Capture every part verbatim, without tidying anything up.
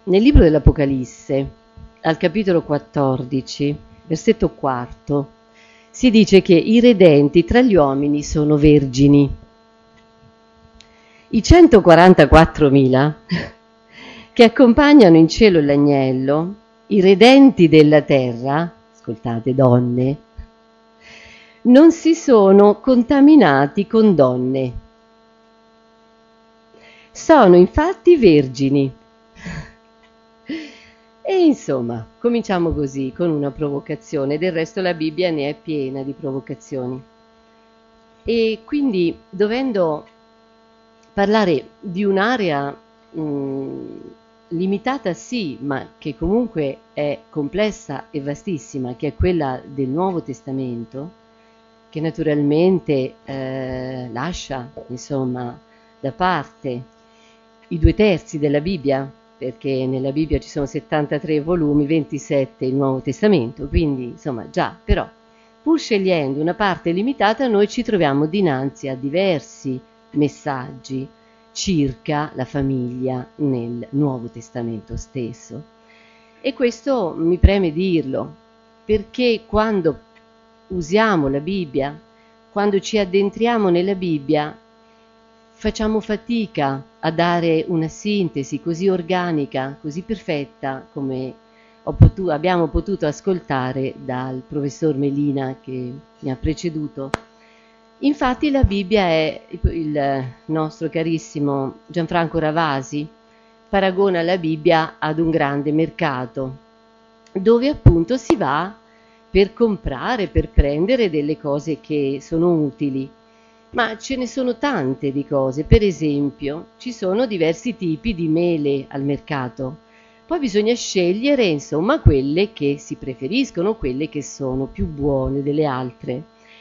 Nel libro dell'Apocalisse, al capitolo quattordici, versetto quarto, si dice che i redenti tra gli uomini sono vergini. I centoquarantaquattromila che accompagnano in cielo l'agnello, i redenti della terra, ascoltate donne, non si sono contaminati con donne. Sono infatti vergini. E insomma, cominciamo così, con una provocazione. Del resto la Bibbia ne è piena di provocazioni. E quindi, dovendo parlare di un'area mh, limitata sì, ma che comunque è complessa e vastissima, che è quella del Nuovo Testamento, che naturalmente eh, lascia, insomma, da parte i due terzi della Bibbia, perché nella Bibbia ci sono settantatré volumi, ventisette il Nuovo Testamento, quindi insomma già, però pur scegliendo una parte limitata noi ci troviamo dinanzi a diversi messaggi circa la famiglia nel Nuovo Testamento stesso. E questo mi preme dirlo, perché quando usiamo la Bibbia, quando ci addentriamo nella Bibbia, facciamo fatica a dare una sintesi così organica, così perfetta come ho potuto, abbiamo potuto ascoltare dal professor Melina che mi ha preceduto. Infatti la Bibbia è, il nostro carissimo Gianfranco Ravasi paragona la Bibbia ad un grande mercato, dove appunto si va per comprare, per prendere delle cose che sono utili. Ma ce ne sono tante di cose, per esempio ci sono diversi tipi di mele al mercato, poi bisogna scegliere insomma quelle che si preferiscono, quelle che sono più buone delle altre.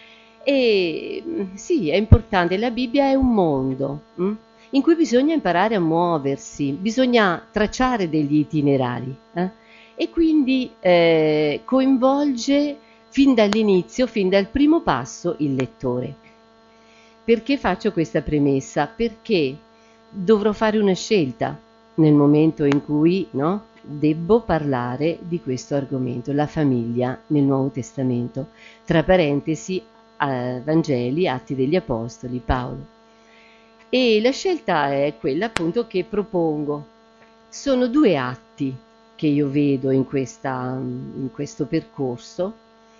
E sì, è importante, la Bibbia è un mondo hm? in cui bisogna imparare a muoversi, bisogna tracciare degli itinerari eh? e quindi eh, coinvolge fin dall'inizio, fin dal primo passo il lettore. Perché faccio questa premessa? Perché dovrò fare una scelta nel momento in cui no, debbo parlare di questo argomento, la famiglia nel Nuovo Testamento, tra parentesi eh, Vangeli, Atti degli Apostoli, Paolo. E la scelta è quella appunto che propongo. Sono due atti che io vedo in, questa, in questo percorso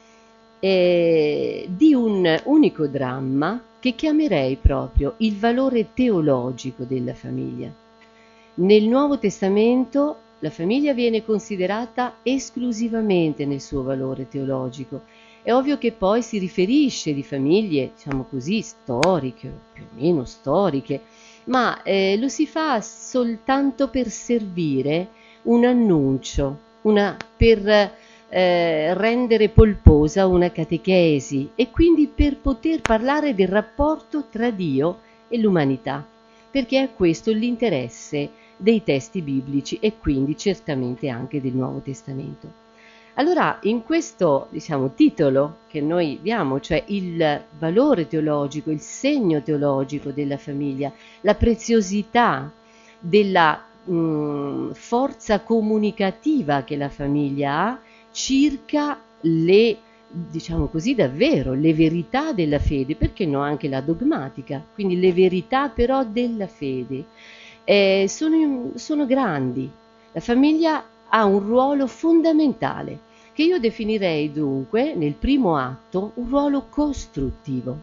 eh, di un unico dramma che chiamerei proprio il valore teologico della famiglia. Nel Nuovo Testamento la famiglia viene considerata esclusivamente nel suo valore teologico. È ovvio che poi si riferisce di famiglie, diciamo così, storiche, più o meno storiche, ma eh, lo si fa soltanto per servire un annuncio, una, per eh, rendere polposa una catechesi e quindi per poter parlare del rapporto tra Dio e l'umanità, perché è questo l'interesse dei testi biblici e quindi certamente anche del Nuovo Testamento. Allora, in questo, diciamo, titolo che noi diamo, cioè il valore teologico, il segno teologico della famiglia, la preziosità della mh, forza comunicativa che la famiglia ha circa le, diciamo così, davvero, le verità della fede, perché no anche la dogmatica, quindi le verità però della fede, eh, sono, sono grandi. La famiglia ha un ruolo fondamentale, che io definirei dunque, nel primo atto, un ruolo costruttivo.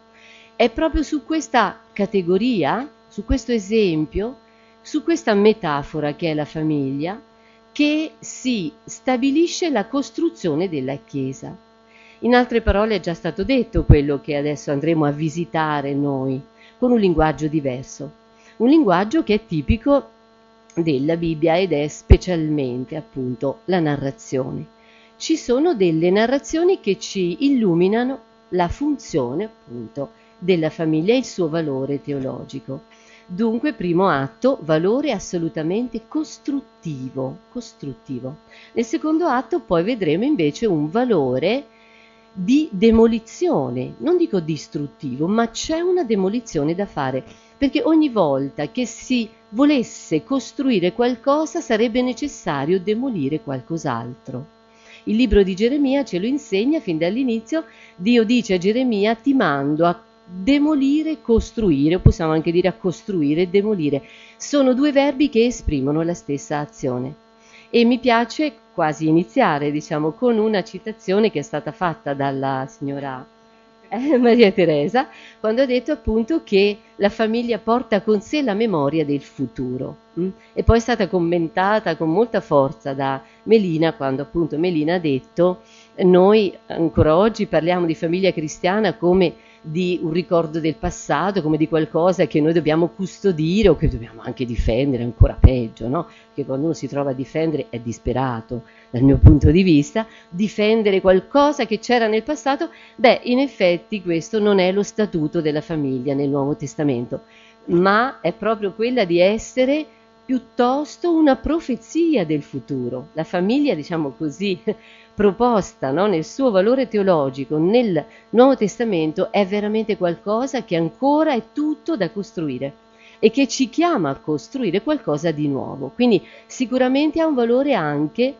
È proprio su questa categoria, su questo esempio, su questa metafora che è la famiglia, che si stabilisce la costruzione della Chiesa. In altre parole è già stato detto quello che adesso andremo a visitare noi, con un linguaggio diverso, un linguaggio che è tipico della Bibbia ed è specialmente appunto la narrazione. Ci sono delle narrazioni che ci illuminano la funzione appunto della famiglia e il suo valore teologico. Dunque, primo atto, valore assolutamente costruttivo, costruttivo. Nel secondo atto poi vedremo invece un valore di demolizione, non dico distruttivo, ma c'è una demolizione da fare. perché ogni volta che si volesse costruire qualcosa sarebbe necessario demolire qualcos'altro. Il libro di Geremia ce lo insegna fin dall'inizio. Dio dice a Geremia: ti mando a demolire e costruire, o possiamo anche dire a costruire e demolire. Sono due verbi che esprimono la stessa azione. E mi piace quasi iniziare, diciamo, con una citazione che è stata fatta dalla signora eh, Maria Teresa, quando ha detto appunto che la famiglia porta con sé la memoria del futuro. Mh? E poi è stata commentata con molta forza da Melina, quando appunto Melina ha detto: noi ancora oggi parliamo di famiglia cristiana come di un ricordo del passato, come di qualcosa che noi dobbiamo custodire o che dobbiamo anche difendere, ancora peggio, no? Perché quando uno si trova a difendere è disperato, dal mio punto di vista, difendere qualcosa che c'era nel passato. Beh, in effetti questo non è lo statuto della famiglia nel Nuovo Testamento, ma è proprio quella di essere piuttosto una profezia del futuro. La famiglia, diciamo così, proposta, no, nel suo valore teologico nel Nuovo Testamento, è veramente qualcosa che ancora è tutto da costruire e che ci chiama a costruire qualcosa di nuovo. Quindi sicuramente ha un valore anche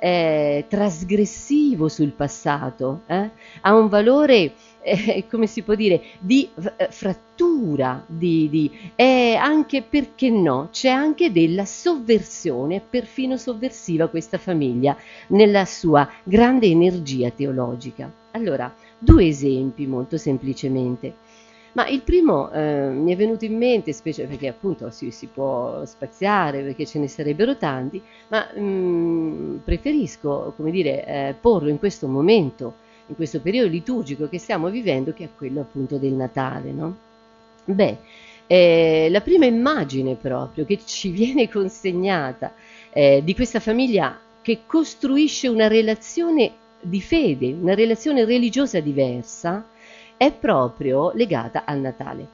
eh, trasgressivo sul passato, eh? Ha un valore, eh, come si può dire, di eh, frattura, di, di eh, anche, perché no, c'è anche della sovversione, perfino sovversiva, questa famiglia nella sua grande energia teologica. Allora, due esempi molto semplicemente. Ma il primo eh, mi è venuto in mente, specie perché appunto si, si può spaziare, perché ce ne sarebbero tanti, ma mh, preferisco, come dire, eh, porlo in questo momento, in questo periodo liturgico che stiamo vivendo, che è quello appunto del Natale, no? Beh, eh, la prima immagine proprio che ci viene consegnata eh, di questa famiglia che costruisce una relazione di fede, una relazione religiosa diversa, è proprio legata al Natale.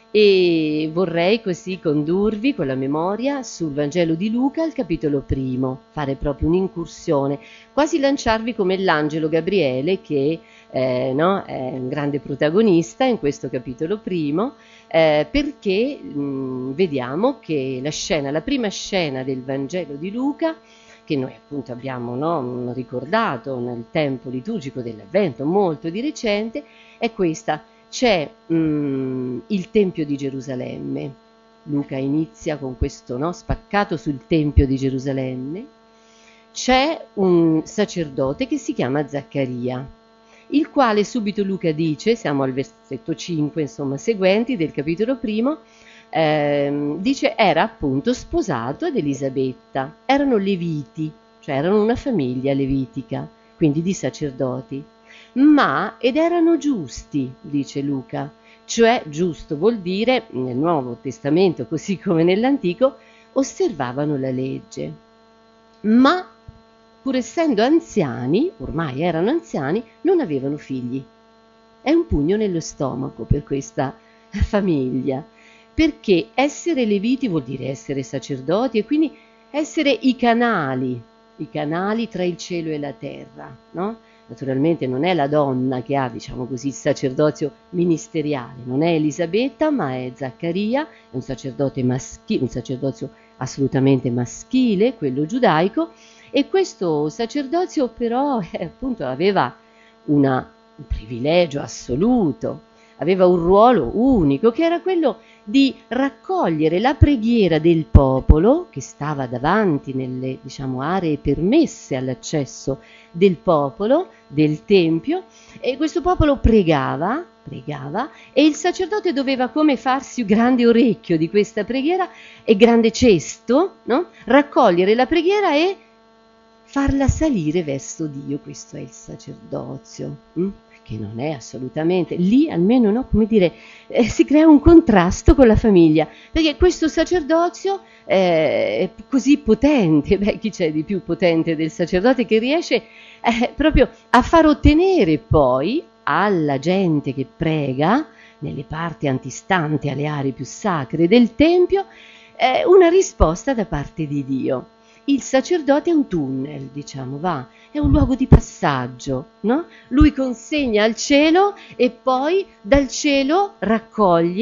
E vorrei così condurvi con la memoria sul Vangelo di Luca, al capitolo primo, fare proprio un'incursione, quasi lanciarvi come l'angelo Gabriele, che eh, no, è un grande protagonista in questo capitolo primo, eh, perché mh, vediamo che la scena, la prima scena del Vangelo di Luca, che noi appunto abbiamo, no, ricordato nel tempo liturgico dell'Avvento molto di recente, è questa. C'è mh, il Tempio di Gerusalemme. Luca inizia con questo, no, spaccato sul Tempio di Gerusalemme. C'è un sacerdote che si chiama Zaccaria, il quale subito Luca dice, siamo al versetto cinque, insomma, seguenti del capitolo primo, eh, dice era appunto sposato ad Elisabetta. Erano leviti, cioè erano una famiglia levitica, quindi di sacerdoti. Ma ed erano giusti, dice Luca, cioè giusto vuol dire, nel Nuovo Testamento così come nell'Antico, osservavano la legge, ma pur essendo anziani, ormai erano anziani, non avevano figli. È un pugno nello stomaco per questa famiglia, perché essere leviti vuol dire essere sacerdoti e quindi essere i canali, i canali tra il cielo e la terra, no? Naturalmente non è la donna che ha, diciamo così, il sacerdozio ministeriale, non è Elisabetta, ma è Zaccaria, è un sacerdote maschile, un sacerdozio assolutamente maschile, quello giudaico, e questo sacerdozio però eh, appunto aveva una, un privilegio assoluto, aveva un ruolo unico, che era quello di raccogliere la preghiera del popolo che stava davanti nelle, diciamo, aree permesse all'accesso del popolo, del Tempio, e questo popolo pregava, pregava, e il sacerdote doveva come farsi grande orecchio di questa preghiera e grande cesto, no? Raccogliere la preghiera e farla salire verso Dio. Questo è il sacerdozio, hm? Che non è assolutamente, lì almeno, no, come dire, eh, si crea un contrasto con la famiglia, perché questo sacerdozio eh, è così potente, beh, chi c'è di più potente del sacerdote, che riesce eh, proprio a far ottenere poi alla gente che prega, nelle parti antistanti alle aree più sacre del Tempio, eh, una risposta da parte di Dio. Il sacerdote è un tunnel, diciamo, va, è un luogo di passaggio, no? Lui consegna al cielo e poi dal cielo raccoglie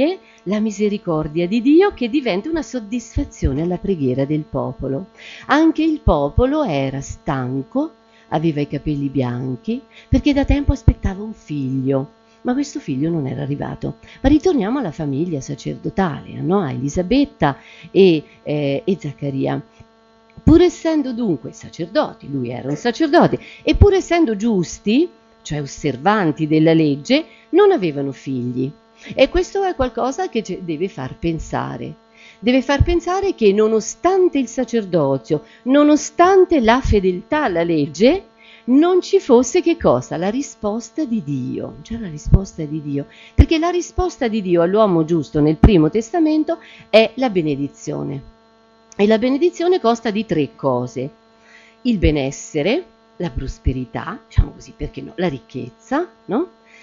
la misericordia di Dio che diventa una soddisfazione alla preghiera del popolo. Anche il popolo era stanco, aveva i capelli bianchi, perché da tempo aspettava un figlio, ma questo figlio non era arrivato. Ma ritorniamo alla famiglia sacerdotale, no? A Elisabetta e, eh, e Zaccaria. Pur essendo dunque sacerdoti, lui era un sacerdote, e pur essendo giusti, cioè osservanti della legge, non avevano figli. E questo è qualcosa che deve far pensare. Deve far pensare che nonostante il sacerdozio, nonostante la fedeltà alla legge, non ci fosse che cosa? La risposta di Dio. C'è la risposta di Dio. Perché la risposta di Dio all'uomo giusto nel Primo Testamento è la benedizione. E la benedizione consta di tre cose. Il benessere, la prosperità, diciamo così, perché no? La ricchezza, no?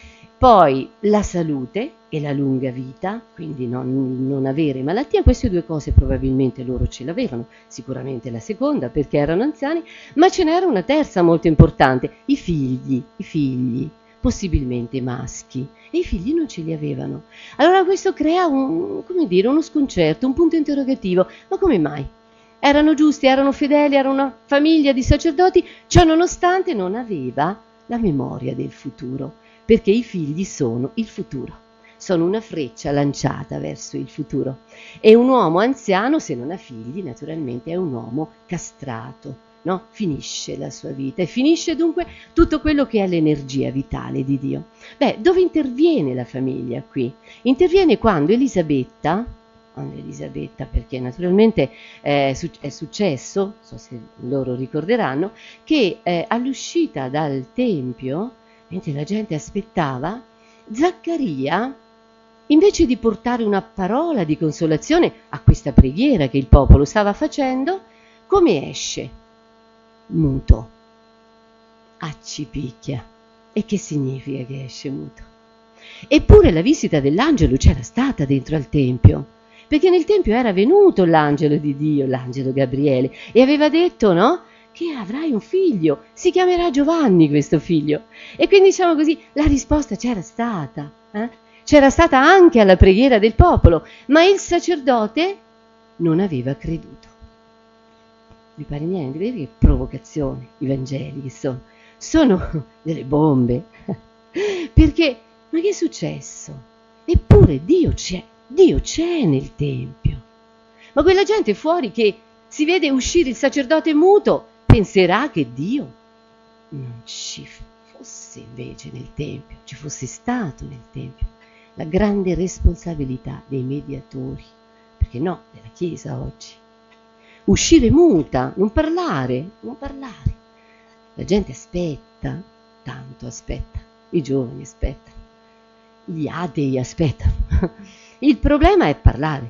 Poi la salute e la lunga vita, quindi non, non avere malattia. Queste due cose probabilmente loro ce l'avevano, sicuramente la seconda perché erano anziani, ma ce n'era una terza molto importante, i figli, i figli, possibilmente maschi, e i figli non ce li avevano. Allora questo crea un, come dire, uno sconcerto, un punto interrogativo, ma come mai? Erano giusti, erano fedeli, era una famiglia di sacerdoti, ciò nonostante non aveva la memoria del futuro. Perché i figli sono il futuro, sono una freccia lanciata verso il futuro. E un uomo anziano, se non ha figli, naturalmente è un uomo castrato, no? Finisce la sua vita e finisce dunque tutto quello che è l'energia vitale di Dio. Beh, dove interviene la famiglia qui? Interviene quando Elisabetta, quando Elisabetta, perché naturalmente eh, è successo, non so se loro ricorderanno, che eh, all'uscita dal Tempio, mentre la gente aspettava, Zaccaria, invece di portare una parola di consolazione a questa preghiera che il popolo stava facendo, come esce? Muto. Accipicchia. E che significa che esce muto? Eppure la visita dell'angelo c'era stata dentro al Tempio, perché nel Tempio era venuto l'angelo di Dio, l'angelo Gabriele, e aveva detto, no? Che avrai un figlio, si chiamerà Giovanni questo figlio. E quindi diciamo così, la risposta c'era stata, eh? C'era stata anche alla preghiera del popolo, ma il sacerdote non aveva creduto. Vi pare niente? Vedete che provocazione i Vangeli che sono? Sono delle bombe. Perché, ma che è successo? Eppure Dio c'è, Dio c'è nel Tempio. Ma quella gente fuori che si vede uscire il sacerdote muto, penserà che Dio non ci fosse invece nel Tempio, ci fosse stato nel Tempio. La grande responsabilità dei mediatori, perché no, della Chiesa oggi. Uscire muta, non parlare, non parlare. La gente aspetta, tanto aspetta, i giovani aspettano, gli atei aspettano. Il problema è parlare.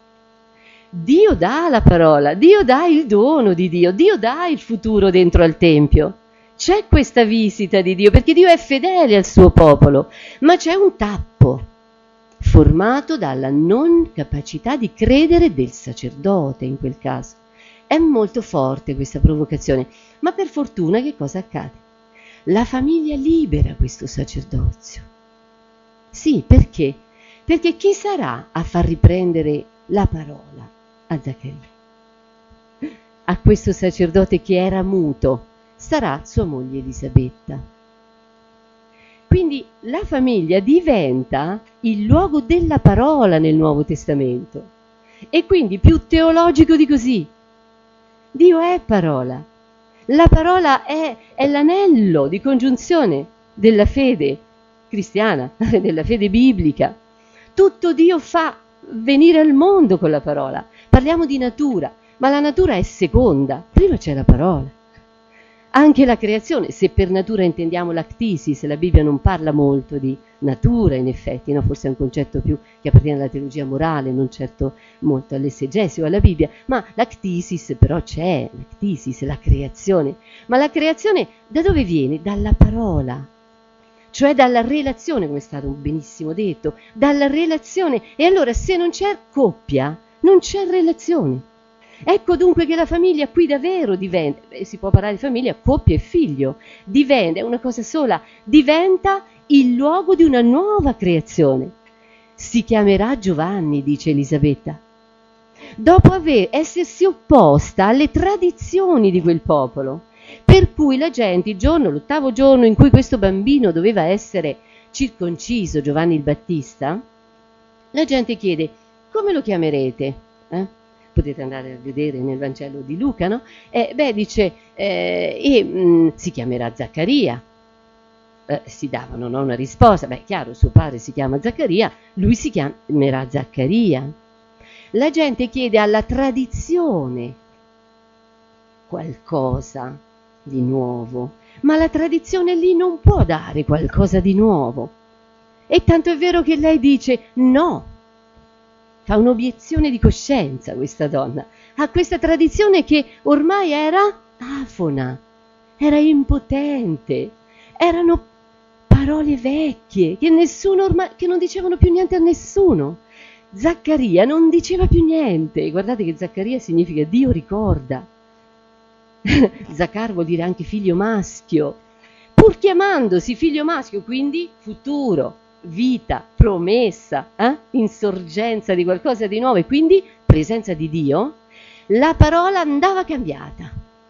Dio dà la parola, Dio dà il dono di Dio, Dio dà il futuro dentro al Tempio. C'è questa visita di Dio, perché Dio è fedele al suo popolo, ma c'è un tappo formato dalla non capacità di credere del sacerdote in quel caso. È molto forte questa provocazione, ma per fortuna che cosa accade? La famiglia libera questo sacerdozio. Sì, perché? Perché chi sarà a far riprendere la parola a Zaccaria? A questo sacerdote che era muto sarà sua moglie Elisabetta. Quindi la famiglia diventa il luogo della parola nel Nuovo Testamento. E quindi più teologico di così. Dio è parola. La parola è, è l'anello di congiunzione della fede cristiana, della fede biblica. Tutto Dio fa venire al mondo con la parola. Parliamo di natura, ma la natura è seconda. Prima c'è la parola. Anche la creazione, se per natura intendiamo l'actisis, la Bibbia non parla molto di natura in effetti, no? Forse è un concetto più che appartiene alla teologia morale, non certo molto all'esegesi o alla Bibbia, ma l'actisis però c'è, l'actisis, la creazione. Ma la creazione da dove viene? Dalla parola, cioè dalla relazione, come è stato benissimo detto, dalla relazione. E allora se non c'è coppia, non c'è relazione. Ecco dunque che la famiglia qui davvero diventa, si può parlare di famiglia, coppia e figlio, diventa, è una cosa sola, diventa il luogo di una nuova creazione. si chiamerà Giovanni, dice Elisabetta, dopo aver, essersi opposta alle tradizioni di quel popolo, per cui la gente, il giorno, l'ottavo giorno in cui questo bambino doveva essere circonciso, Giovanni il Battista, la gente chiede: come lo chiamerete? Eh? Potete andare a vedere nel Vangelo di Luca, no? Eh, beh, dice, eh, e, mh, si chiamerà Zaccaria. Eh, si davano, no, una risposta. Beh, chiaro, suo padre si chiama Zaccaria, lui si chiamerà Zaccaria. La gente chiede alla tradizione qualcosa di nuovo, ma la tradizione lì non può dare qualcosa di nuovo. E tanto è vero che lei dice no. Fa un'obiezione di coscienza questa donna a questa tradizione che ormai era afona, era impotente, erano parole vecchie che nessuno ormai, che non dicevano più niente a nessuno. Zaccaria non diceva più niente. Guardate che Zaccaria significa Dio ricorda. Zaccar vuol dire anche figlio maschio, pur chiamandosi figlio maschio, quindi futuro, vita, promessa, eh? insorgenza di qualcosa di nuovo e quindi presenza di Dio, la parola andava cambiata.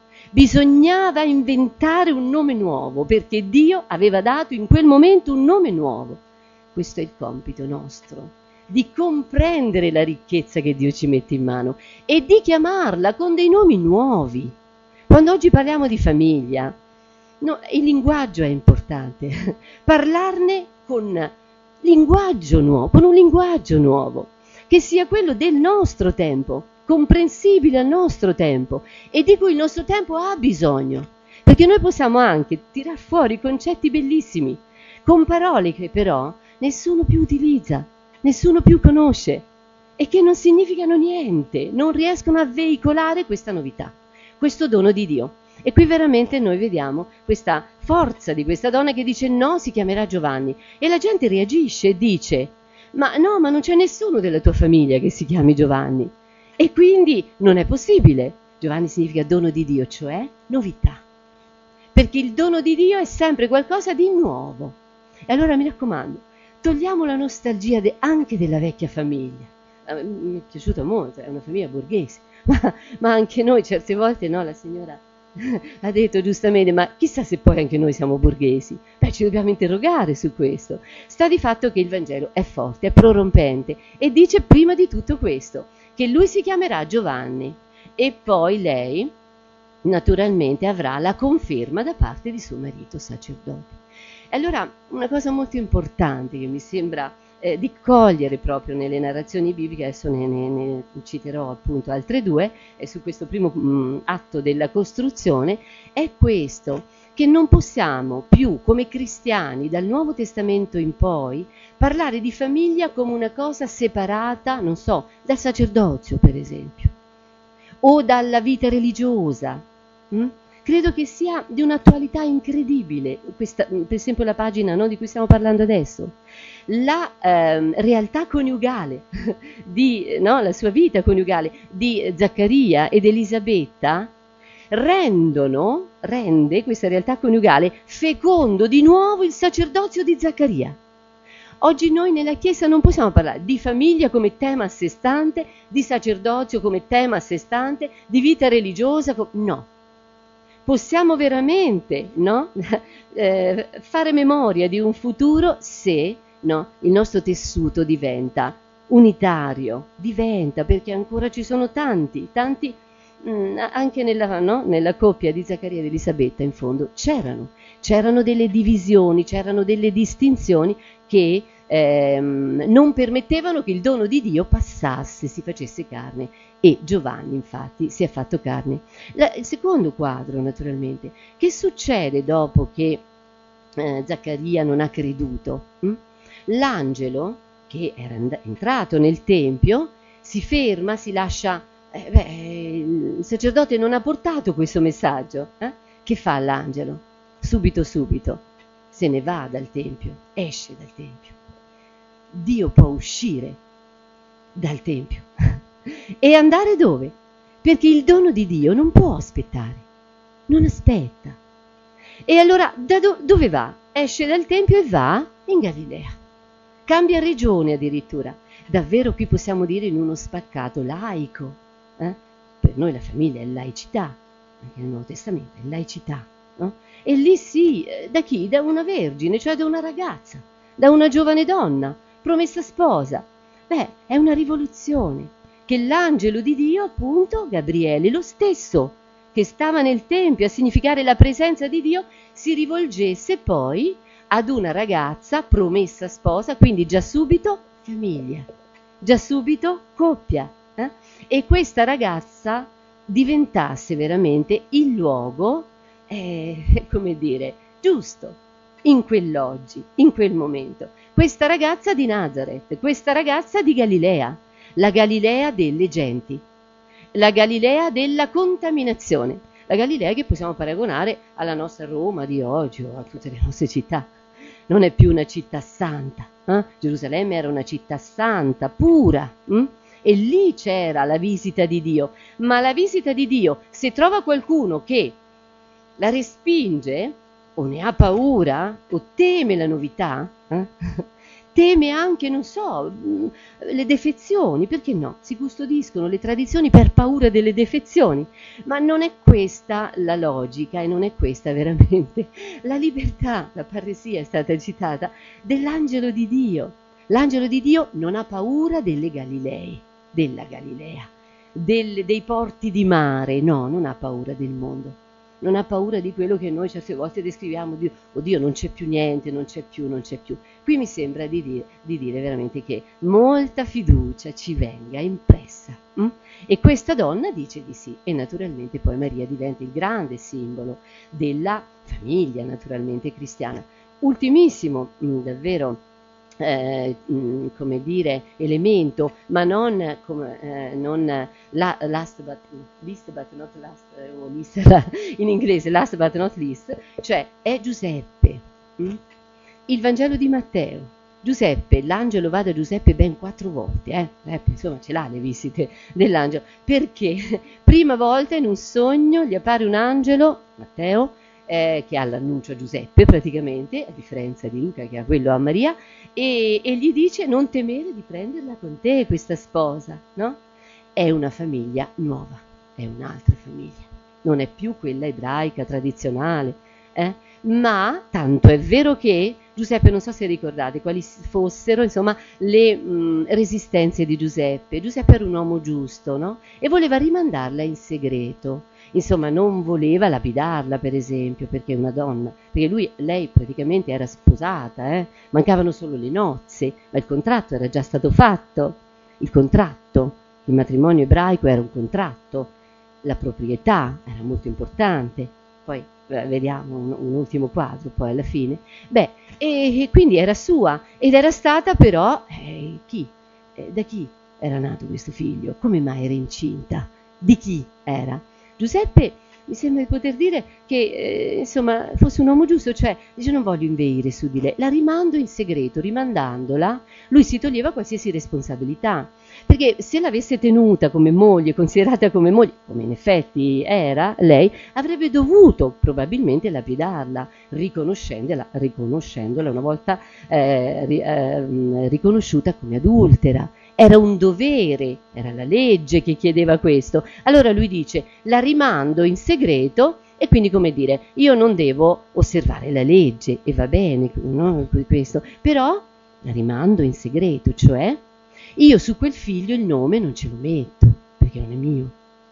Bisognava inventare un nome nuovo perché Dio aveva dato in quel momento un nome nuovo. Questo è il compito nostro, di comprendere la ricchezza che Dio ci mette in mano e di chiamarla con dei nomi nuovi. Quando oggi parliamo di famiglia, no, il linguaggio è importante, parlarne con linguaggio nuovo, con un linguaggio nuovo, che sia quello del nostro tempo, comprensibile al nostro tempo e di cui il nostro tempo ha bisogno, perché noi possiamo anche tirar fuori concetti bellissimi, con parole che però nessuno più utilizza, nessuno più conosce e che non significano niente, non riescono a veicolare questa novità, questo dono di Dio. E qui veramente noi vediamo questa forza di questa donna che dice no, si chiamerà Giovanni, e la gente reagisce e dice ma no, ma non c'è nessuno della tua famiglia che si chiami Giovanni e quindi non è possibile. Giovanni significa dono di Dio, cioè novità, perché il dono di Dio è sempre qualcosa di nuovo. E allora mi raccomando, togliamo la nostalgia de- anche della vecchia famiglia. Eh, mi è piaciuta molto, è una famiglia borghese, ma, ma anche noi certe volte, no, la signora ha detto giustamente, ma chissà se poi anche noi siamo borghesi. Beh, ci dobbiamo interrogare su questo. Sta di fatto che il Vangelo è forte, è prorompente e dice prima di tutto questo, che lui si chiamerà Giovanni e poi lei naturalmente avrà la conferma da parte di suo marito sacerdote. E allora una cosa molto importante che mi sembra eh, di cogliere proprio nelle narrazioni bibliche, adesso ne, ne, ne citerò appunto altre due, e su questo primo mh, atto della costruzione, è questo, che non possiamo più come cristiani dal Nuovo Testamento in poi parlare di famiglia come una cosa separata, non so, dal sacerdozio per esempio, o dalla vita religiosa. Hm? Credo che sia di un'attualità incredibile, questa, per esempio la pagina, no, di cui stiamo parlando adesso, la ehm, realtà coniugale, di, no, la sua vita coniugale di Zaccaria ed Elisabetta rendono, rende questa realtà coniugale fecondo di nuovo il sacerdozio di Zaccaria. Oggi noi nella Chiesa non possiamo parlare di famiglia come tema a sé stante, di sacerdozio come tema a sé stante, di vita religiosa, com- no. Possiamo veramente, no? eh, fare memoria di un futuro se, no, il nostro tessuto diventa unitario, diventa, perché ancora ci sono tanti, tanti, mh, anche nella, no, nella coppia di Zaccaria ed Elisabetta in fondo c'erano, c'erano delle divisioni, c'erano delle distinzioni che ehm, non permettevano che il dono di Dio passasse, si facesse carne. E Giovanni infatti si è fatto carne. La, il secondo quadro naturalmente, che succede dopo che eh, Zaccaria non ha creduto? Hm? L'angelo che era and- entrato nel tempio si ferma, si lascia, eh, beh, il sacerdote non ha portato questo messaggio, eh? Che fa l'angelo? Subito subito se ne va dal tempio, esce dal tempio. Dio può uscire dal tempio e andare dove? Perché il dono di Dio non può aspettare, non aspetta. E allora da do- dove va? Esce dal tempio e va in Galilea. cambia regione addirittura. Davvero qui possiamo dire in uno spaccato laico. Eh? Per noi la famiglia è laicità, anche nel Nuovo Testamento è laicità. No? E lì sì, da chi? Da una vergine, cioè da una ragazza, da una giovane donna, promessa sposa. Beh, è una rivoluzione, che l'angelo di Dio, appunto, Gabriele, lo stesso, che stava nel Tempio a significare la presenza di Dio, si rivolgesse poi ad una ragazza promessa sposa, quindi già subito famiglia, già subito coppia. Eh? E questa ragazza diventasse veramente il luogo, eh, come dire, giusto, in quell'oggi, in quel momento. Questa ragazza di Nazareth, questa ragazza di Galilea, la Galilea delle genti, la Galilea della contaminazione, la Galilea che possiamo paragonare alla nostra Roma di oggi o a tutte le nostre città. Non è più una città santa, eh? Gerusalemme era una città santa, pura, hm? E lì c'era la visita di Dio, ma la visita di Dio, se trova qualcuno che la respinge o ne ha paura o teme la novità, eh? Teme anche, non so, le defezioni, perché no? Si custodiscono le tradizioni per paura delle defezioni, ma non è questa la logica e non è questa veramente la libertà, la parresia è stata citata, dell'angelo di Dio. L'angelo di Dio non ha paura delle Galilei, della Galilea, del, dei porti di mare, no, non ha paura del mondo. Non ha paura di quello che noi certe volte descriviamo, di oddio non c'è più niente, non c'è più, non c'è più. Qui mi sembra di dire, di dire veramente che molta fiducia ci venga impressa. Hm? E questa donna dice di sì e naturalmente poi Maria diventa il grande simbolo della famiglia naturalmente cristiana. Ultimissimo, mh, davvero, Eh, mh, come dire, elemento, ma non, come, eh, non la, last but, least but not last, eh, o least, in inglese last but not least, cioè è Giuseppe. Mh? Il Vangelo di Matteo. Giuseppe, l'angelo va da Giuseppe ben quattro volte, eh? Giuseppe, insomma ce l'ha le visite dell'angelo, perché prima volta in un sogno gli appare un angelo, Matteo, Eh, che ha l'annuncio a Giuseppe praticamente, a differenza di Luca che ha quello a Maria, e, e gli dice non temere di prenderla con te questa sposa, no? È una famiglia nuova, è un'altra famiglia, non è più quella ebraica tradizionale, eh? Ma tanto è vero che Giuseppe, non so se ricordate quali fossero insomma le mh, resistenze di Giuseppe. Giuseppe era un uomo giusto, no? E voleva rimandarla in segreto. Insomma, non voleva lapidarla, per esempio, perché è una donna, perché lui, lei praticamente era sposata, eh? Mancavano solo le nozze, ma il contratto era già stato fatto. Il contratto, il matrimonio ebraico era un contratto, la proprietà era molto importante. Poi eh, vediamo un, un ultimo quadro, poi alla fine. Beh, e, e quindi era sua, ed era stata però, eh, chi? Eh, da chi era nato questo figlio? Come mai era incinta? Di chi era? Giuseppe mi sembra di poter dire che eh, insomma fosse un uomo giusto, cioè dice non voglio inveire su di lei, la rimando in segreto, rimandandola lui si toglieva qualsiasi responsabilità, perché se l'avesse tenuta come moglie, considerata come moglie, come in effetti era lei, avrebbe dovuto probabilmente lapidarla, riconoscendola, riconoscendola una volta eh, ri, eh, riconosciuta come adultera. Era un dovere, era la legge che chiedeva questo. Allora lui dice, la rimando in segreto e quindi come dire, io non devo osservare la legge e va bene, no? Questo, però la rimando in segreto, cioè io su quel figlio il nome non ce lo metto perché non è mio.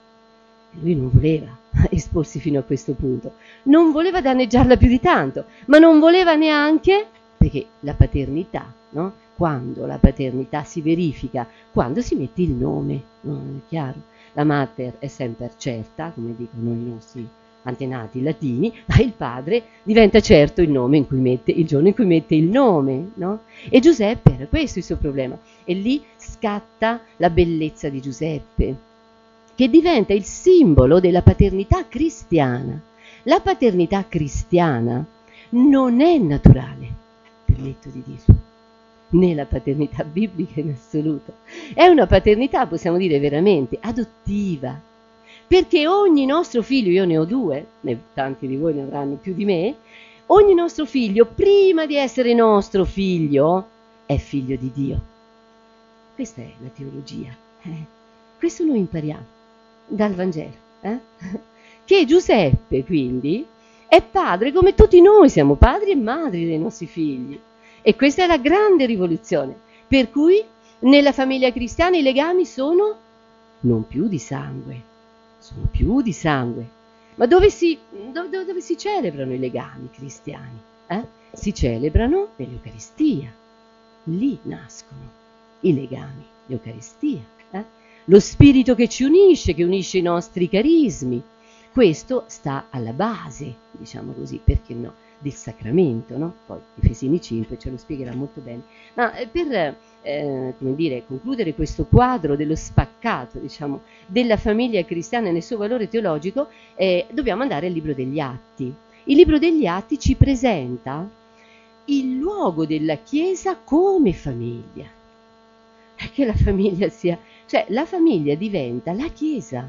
E lui non voleva esporsi fino a questo punto, non voleva danneggiarla più di tanto, ma non voleva neanche, perché la paternità, no? Quando la paternità si verifica, quando si mette il nome, no? È chiaro, la mater è sempre certa, come dicono i nostri antenati latini, ma il padre diventa certo il nome in cui mette, il giorno in cui mette il nome, no? E Giuseppe era questo il suo problema, e lì scatta la bellezza di Giuseppe, che diventa il simbolo della paternità cristiana. La paternità cristiana non è naturale, permetto di dirlo, né la paternità biblica in assoluto. È una paternità, possiamo dire, veramente adottiva, perché ogni nostro figlio, io ne ho due, ne, tanti di voi ne avranno più di me, ogni nostro figlio, prima di essere nostro figlio, è figlio di Dio. Questa è la teologia. Eh? Questo lo impariamo dal Vangelo. Eh? Che Giuseppe, quindi, è padre come tutti noi siamo padri e madri dei nostri figli. E questa è la grande rivoluzione. Per cui nella famiglia cristiana i legami sono non più di sangue, sono più di sangue. Ma dove si, dove, dove si celebrano i legami cristiani? Eh? Si celebrano nell'Eucaristia. Lì nascono i legami, l'Eucaristia. Eh? Lo spirito che ci unisce, che unisce i nostri carismi. Questo sta alla base, diciamo così, perché no, del sacramento, no? Poi Efesini cinque ce lo spiegherà molto bene. Ma per eh, come dire, concludere questo quadro dello spaccato, diciamo, della famiglia cristiana nel suo valore teologico, eh, dobbiamo andare al libro degli Atti. Il libro degli Atti ci presenta il luogo della Chiesa come famiglia. Che la famiglia sia, cioè la famiglia diventa la Chiesa.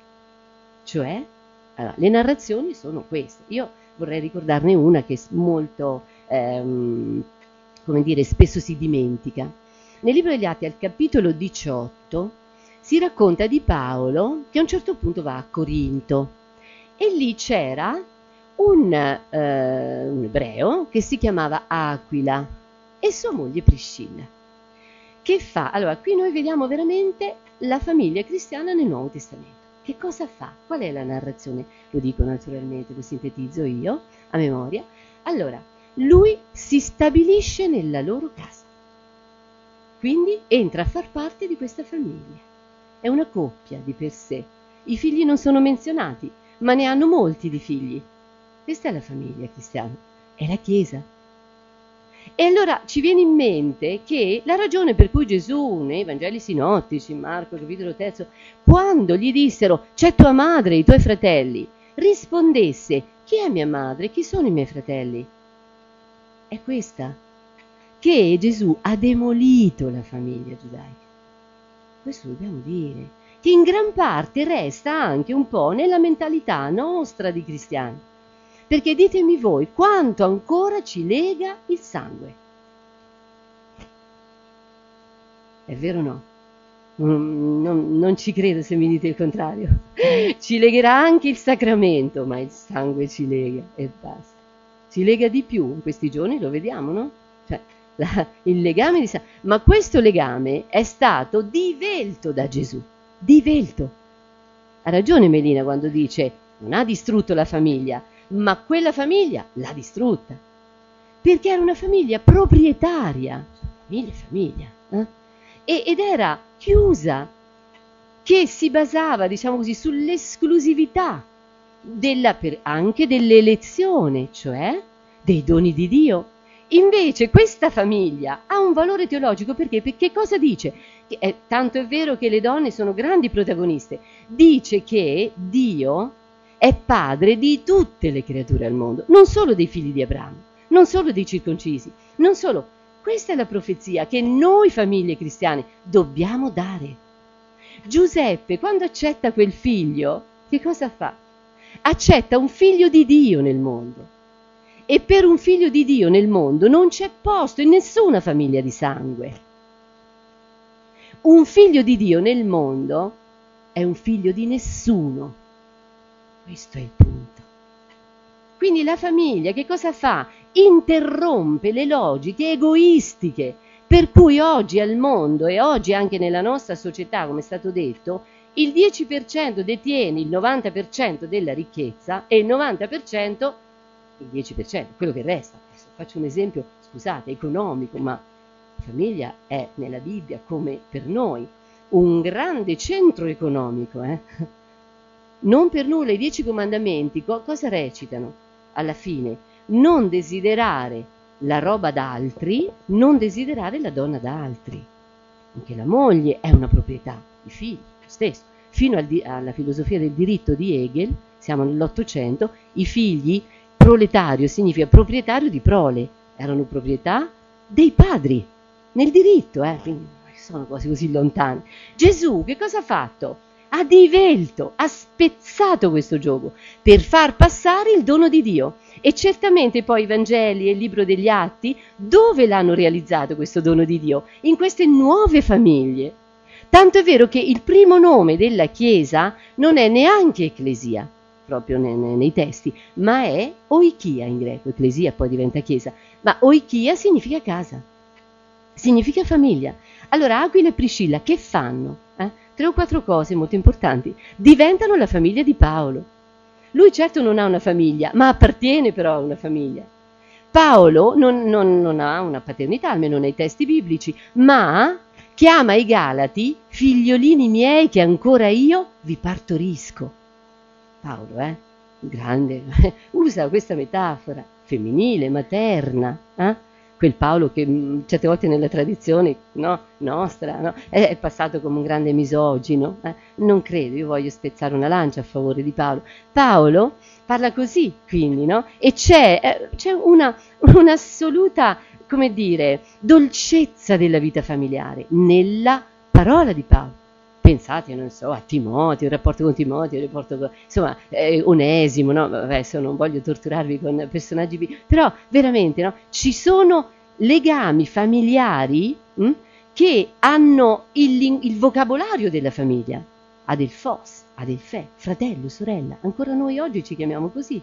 Cioè, allora, le narrazioni sono queste. Io vorrei ricordarne una che è molto, ehm, come dire, spesso si dimentica. Nel libro degli Atti, al capitolo diciotto, si racconta di Paolo che a un certo punto va a Corinto e lì c'era un, eh, un ebreo che si chiamava Aquila e sua moglie Priscilla. Che fa? Allora, qui noi vediamo veramente la famiglia cristiana nel Nuovo Testamento. Che cosa fa? Qual è la narrazione? Lo dico naturalmente, lo sintetizzo io a memoria. Allora, lui si stabilisce nella loro casa. Quindi entra a far parte di questa famiglia. È una coppia di per sé. I figli non sono menzionati, ma ne hanno molti di figli. Questa è la famiglia cristiana, è la Chiesa. E allora ci viene in mente che la ragione per cui Gesù, nei Vangeli sinottici, in Marco, capitolo terzo, quando gli dissero c'è tua madre e i tuoi fratelli, rispondesse chi è mia madre e chi sono i miei fratelli? È questa, che Gesù ha demolito la famiglia giudaica. Questo dobbiamo dire, che in gran parte resta anche un po' nella mentalità nostra di cristiani. Perché ditemi voi quanto ancora ci lega il sangue. È vero o no? Non, non, non ci credo se mi dite il contrario. Ci legherà anche il sacramento, ma il sangue ci lega e basta. Ci lega di più, in questi giorni lo vediamo, no? Cioè, la, il legame di sangue. Ma questo legame è stato divelto da Gesù. Divelto. Ha ragione Melina quando dice non ha distrutto la famiglia, ma quella famiglia l'ha distrutta, perché era una famiglia proprietaria, famiglia famiglia, eh? e, ed era chiusa, che si basava, diciamo così, sull'esclusività della, per, anche dell'elezione, cioè dei doni di Dio. Invece questa famiglia ha un valore teologico perché? Perché cosa dice? Che è, tanto è vero che le donne sono grandi protagoniste, dice che Dio è padre di tutte le creature al mondo, non solo dei figli di Abramo, non solo dei circoncisi, non solo. Questa è la profezia che noi famiglie cristiane dobbiamo dare. Giuseppe, quando accetta quel figlio, che cosa fa? Accetta un figlio di Dio nel mondo. E per un figlio di Dio nel mondo non c'è posto in nessuna famiglia di sangue. Un figlio di Dio nel mondo è un figlio di nessuno. Questo è il punto. Quindi la famiglia che cosa fa? Interrompe le logiche egoistiche per cui oggi al mondo e oggi anche nella nostra società, come è stato detto, il dieci per cento detiene il novanta per cento della ricchezza e il novanta per cento il dieci per cento, quello che resta. Adesso faccio un esempio, scusate, economico, ma la famiglia è nella Bibbia, come per noi, un grande centro economico, eh? Non per nulla i dieci comandamenti co- cosa recitano? Alla fine, non desiderare la roba d'altri, non desiderare la donna d'altri. Anche la moglie è una proprietà, i figli, lo stesso. Fino al di- alla filosofia del diritto di Hegel, siamo nell'Ottocento, i figli, proletario significa proprietario di prole, erano proprietà dei padri, nel diritto, eh? Quindi non sono cose così lontane. Gesù che cosa ha fatto? Ha divelto, ha spezzato questo gioco per far passare il dono di Dio E certamente poi i Vangeli e il libro degli Atti, dove l'hanno realizzato questo dono di Dio? In queste nuove famiglie. Tanto è vero che il primo nome della Chiesa non è neanche Ecclesia, proprio nei, nei, nei testi, ma è Oikia in greco. Ecclesia poi diventa Chiesa, ma Oikia significa casa, significa famiglia. Allora Aquila e Priscilla che fanno? Eh? Tre o quattro cose molto importanti. Diventano la famiglia di Paolo. Lui certo non ha una famiglia, ma appartiene però a una famiglia. Paolo non, non, non ha una paternità, almeno nei testi biblici, ma chiama i Galati figliolini miei che ancora io vi partorisco. Paolo, eh? Grande, usa questa metafora femminile, materna, eh? Quel Paolo che mh, certe volte nella tradizione no, nostra no, è, è passato come un grande misogino. Eh? Non credo, io voglio spezzare una lancia a favore di Paolo. Paolo parla così, quindi, no? E c'è, eh, c'è una, un'assoluta, come dire, dolcezza della vita familiare nella parola di Paolo. Pensate, non so, a Timoteo, il rapporto con Timoteo, il rapporto con, insomma, eh, Onesimo, no? Vabbè, adesso non voglio torturarvi con personaggi, però veramente, no? Ci sono legami familiari mh, che hanno il, il vocabolario della famiglia. Adelfos, Adelfè, fratello, sorella, ancora noi oggi ci chiamiamo così.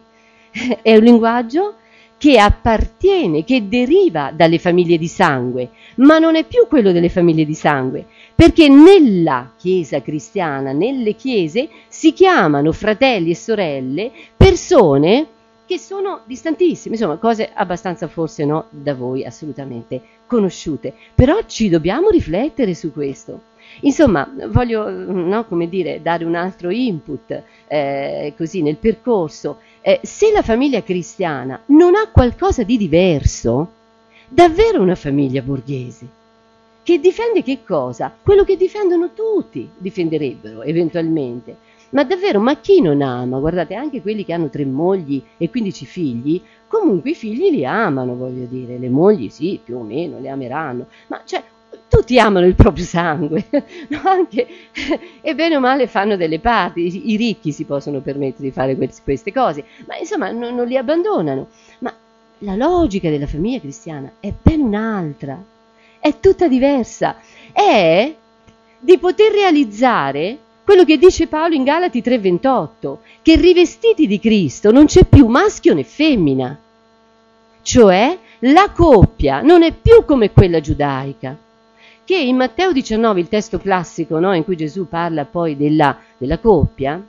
È un linguaggio che appartiene, che deriva dalle famiglie di sangue, ma non è più quello delle famiglie di sangue, perché nella Chiesa cristiana, nelle chiese, si chiamano fratelli e sorelle persone che sono distantissime, insomma, cose abbastanza forse no, da voi assolutamente conosciute, però ci dobbiamo riflettere su questo. Insomma, voglio, no, come dire, dare un altro input, eh, così, nel percorso. Eh, se la famiglia cristiana non ha qualcosa di diverso, davvero una famiglia borghese, che difende che cosa? Quello che difendono tutti, difenderebbero eventualmente. Ma davvero, ma chi non ama? Guardate, anche quelli che hanno tre mogli e quindici figli, comunque i figli li amano, voglio dire, le mogli sì, più o meno le ameranno, ma cioè tutti amano il proprio sangue, no? Anche, e bene o male fanno delle parti, i, i ricchi si possono permettere di fare queste, queste cose, ma insomma non, non li abbandonano. Ma la logica della famiglia cristiana è ben un'altra, è tutta diversa, è di poter realizzare quello che dice Paolo in Galati tre ventotto, che rivestiti di Cristo non c'è più maschio né femmina, cioè la coppia non è più come quella giudaica, che in Matteo diciannove, il testo classico, no, in cui Gesù parla poi della, della coppia,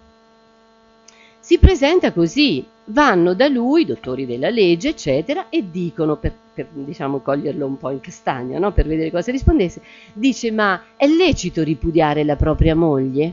si presenta così: vanno da lui, dottori della legge, eccetera, e dicono, per, per diciamo coglierlo un po' in castagna, no, per vedere cosa rispondesse, dice: ma è lecito ripudiare la propria moglie?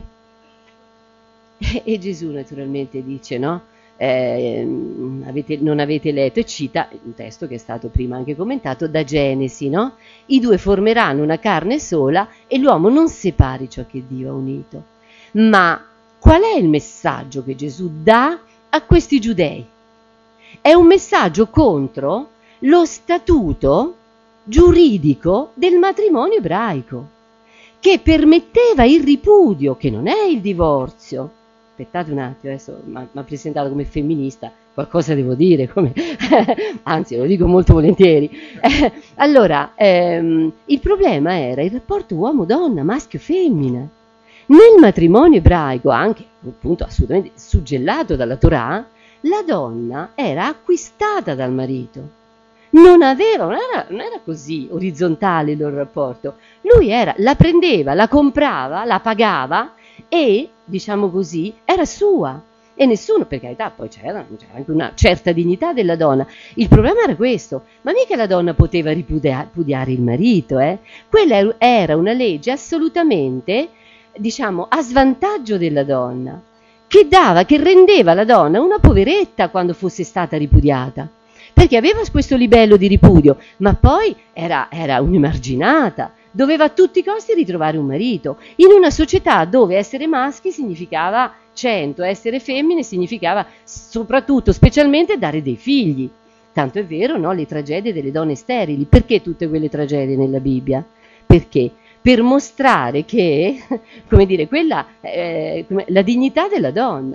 E, e Gesù naturalmente dice, no, eh, avete, non avete letto, e cita un testo che è stato prima anche commentato da Genesi, no? I due formeranno una carne sola e l'uomo non separi ciò che Dio ha unito. Ma qual è il messaggio che Gesù dà a questi giudei? È un messaggio contro lo statuto giuridico del matrimonio ebraico, che permetteva il ripudio, che non è il divorzio. Aspettate un attimo, adesso mi ha presentato come femminista, qualcosa devo dire, come anzi lo dico molto volentieri. Eh, allora, ehm, il problema era il rapporto uomo-donna, maschio-femmina. Nel matrimonio ebraico, anche appunto assolutamente suggellato dalla Torah, la donna era acquistata dal marito. Non aveva, non era, non era così orizzontale il loro rapporto. Lui era, la prendeva, la comprava, la pagava e, diciamo così, era sua. E nessuno, per carità, poi c'era, c'era anche una certa dignità della donna. Il problema era questo, ma mica la donna poteva ripudiare il marito, eh? Quella era una legge assolutamente, diciamo, a svantaggio della donna, che dava, che rendeva la donna una poveretta quando fosse stata ripudiata, perché aveva questo livello di ripudio, ma poi era, era un'emarginata, doveva a tutti i costi ritrovare un marito, in una società dove essere maschi significava cento, essere femmine significava soprattutto, specialmente, dare dei figli. Tanto è vero, no, le tragedie delle donne sterili. Perché tutte quelle tragedie nella Bibbia? Perché? Per mostrare che, come dire, quella, eh, la dignità della donna.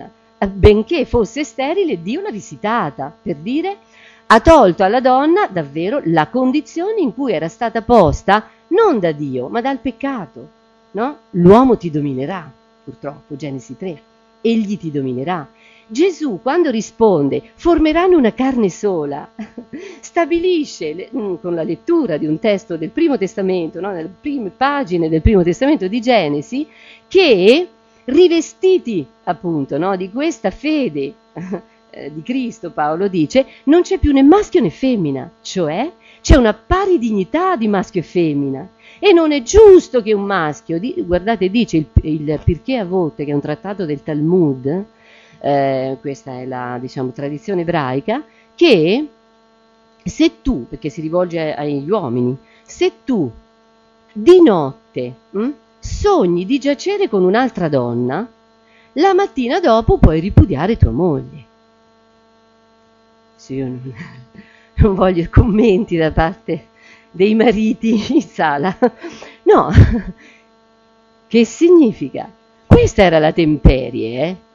benché fosse sterile, Dio l'ha visitata, per dire, ha tolto alla donna davvero la condizione in cui era stata posta non da Dio, ma dal peccato, no? L'uomo ti dominerà, purtroppo, Genesi tre, egli ti dominerà. Gesù, quando risponde, formeranno una carne sola, stabilisce, con la lettura di un testo del Primo Testamento, no? Nelle prime pagine del Primo Testamento di Genesi, che rivestiti appunto, no? Di questa fede di Cristo, Paolo dice, non c'è più né maschio né femmina, cioè c'è una pari dignità di maschio e femmina. E non è giusto che un maschio, di, guardate, dice il, il Pirkei Avot, che è un trattato del Talmud, eh, questa è la, diciamo, tradizione ebraica, che se tu, perché si rivolge agli uomini, se tu di notte hm, sogni di giacere con un'altra donna, la mattina dopo puoi ripudiare tua moglie. Sì, io non, non voglio commenti da parte dei mariti in sala. No, che significa? Questa era la temperie, eh?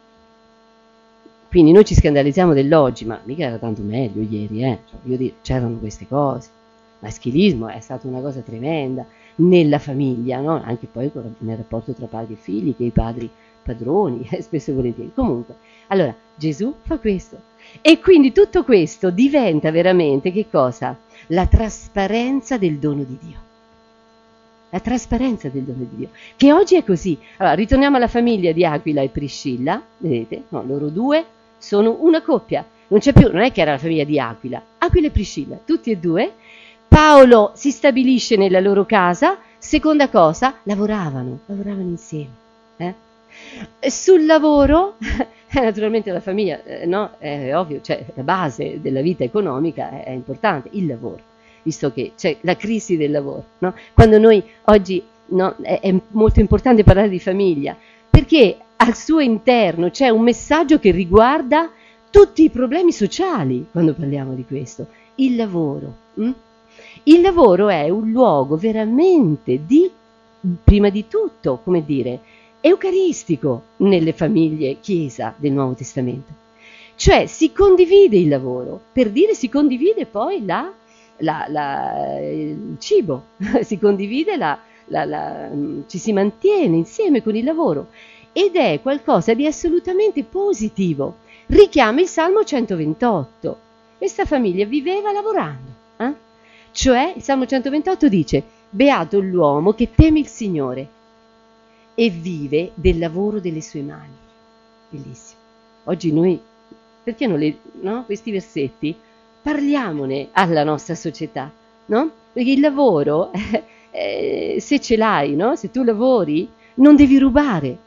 Quindi noi ci scandalizziamo dell'oggi, ma mica era tanto meglio ieri, eh? Cioè, voglio dire, c'erano queste cose. Maschilismo è stata una cosa tremenda nella famiglia, no? Anche poi nel rapporto tra padri e figli, che i padri padroni, eh, spesso e volentieri. Comunque, allora, Gesù fa questo. E quindi tutto questo diventa veramente, che cosa? La trasparenza del dono di Dio. La trasparenza del dono di Dio, che oggi è così. Allora, ritorniamo alla famiglia di Aquila e Priscilla, vedete? No, loro due sono una coppia. Non c'è più, non è che era la famiglia di Aquila. Aquila e Priscilla, tutti e due. Paolo si stabilisce nella loro casa. Seconda cosa, lavoravano, lavoravano insieme. Eh? Sul lavoro, naturalmente la famiglia, eh, no? È ovvio, cioè la base della vita economica è, è importante, il lavoro, visto che c'è la crisi del lavoro, no? Quando noi oggi, no, è, è molto importante parlare di famiglia, perché al suo interno c'è un messaggio che riguarda tutti i problemi sociali quando parliamo di questo, il lavoro. Hm? Il lavoro è un luogo veramente di, prima di tutto, come dire, eucaristico nelle famiglie chiesa del Nuovo Testamento. Cioè si condivide il lavoro, per dire si condivide poi la, la, la, il cibo, si condivide, la, la, la, ci si mantiene insieme con il lavoro ed è qualcosa di assolutamente positivo. Richiama il Salmo centoventotto. Questa famiglia viveva lavorando. Eh? Cioè il Salmo centoventotto dice: beato l'uomo che teme il Signore e vive del lavoro delle sue mani. Bellissimo. Oggi noi, perché non le, no? Questi versetti, parliamone alla nostra società, no? Perché il lavoro, eh, eh, se ce l'hai, no? Se tu lavori, non devi rubare,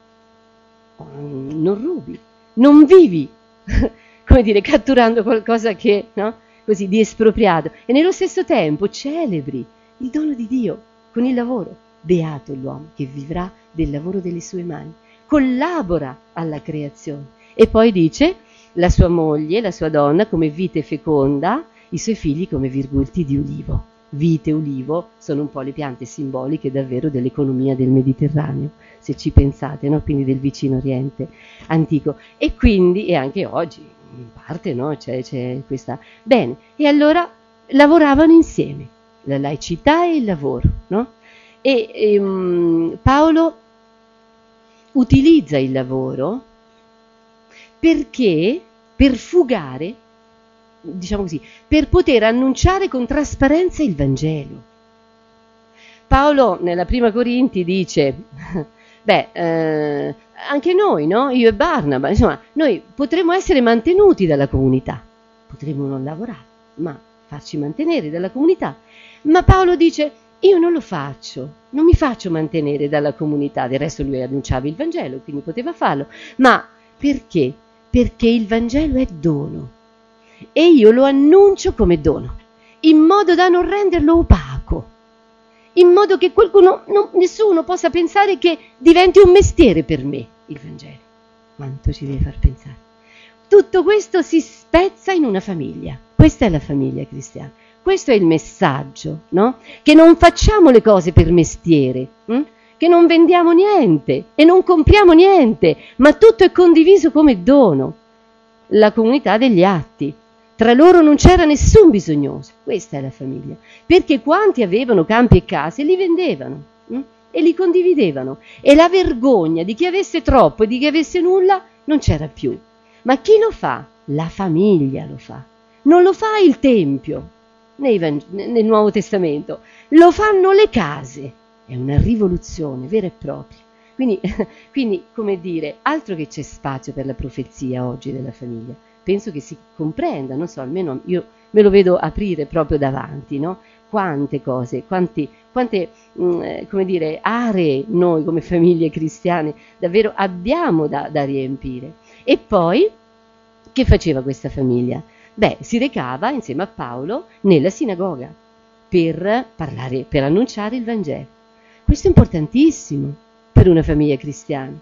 non rubi, non vivi, come dire, catturando qualcosa che, no? Così, di espropriato. E nello stesso tempo celebri il dono di Dio con il lavoro. Beato l'uomo che vivrà del lavoro delle sue mani, collabora alla creazione. E poi dice, la sua moglie, la sua donna come vite feconda, i suoi figli come virgulti di ulivo. Vite e ulivo sono un po' le piante simboliche davvero dell'economia del Mediterraneo, se ci pensate, no? Quindi del vicino Oriente antico. E quindi, e anche oggi, in parte, no? C'è, c'è questa... Bene, e allora lavoravano insieme, la laicità e il lavoro, no? E ehm, Paolo utilizza il lavoro perché, per fugare, diciamo così, per poter annunciare con trasparenza il Vangelo. Paolo nella prima Corinti dice, beh, eh, anche noi, no? Io e Barnaba, insomma, noi potremmo essere mantenuti dalla comunità, potremmo non lavorare, ma farci mantenere dalla comunità. Ma Paolo dice, io non lo faccio, non mi faccio mantenere dalla comunità, del resto lui annunciava il Vangelo, quindi poteva farlo, ma perché? Perché il Vangelo è dono e io lo annuncio come dono, in modo da non renderlo opaco, in modo che qualcuno, non, nessuno possa pensare che diventi un mestiere per me il Vangelo. Quanto ci deve far pensare? Tutto questo si spezza in una famiglia, questa è la famiglia cristiana. Questo è il messaggio, no? Che non facciamo le cose per mestiere, hm? che non vendiamo niente e non compriamo niente, ma tutto è condiviso come dono. La comunità degli atti. Tra loro non c'era nessun bisognoso. Questa è la famiglia. Perché quanti avevano campi e case li vendevano hm? e li condividevano. E la vergogna di chi avesse troppo e di chi avesse nulla non c'era più. Ma chi lo fa? La famiglia lo fa. Non lo fa il Tempio nei Vang- nel Nuovo Testamento. Lo fanno le case. È una rivoluzione vera e propria. Quindi, quindi, come dire, altro che c'è spazio per la profezia oggi della famiglia. Penso che si comprenda, non so, almeno io me lo vedo aprire proprio davanti, no? Quante cose, quanti, quante, mh, come dire, aree noi come famiglie cristiane davvero abbiamo da, da riempire. E poi, che faceva questa famiglia? Beh, si recava insieme a Paolo nella sinagoga per parlare, per annunciare il Vangelo. Questo è importantissimo per una famiglia cristiana.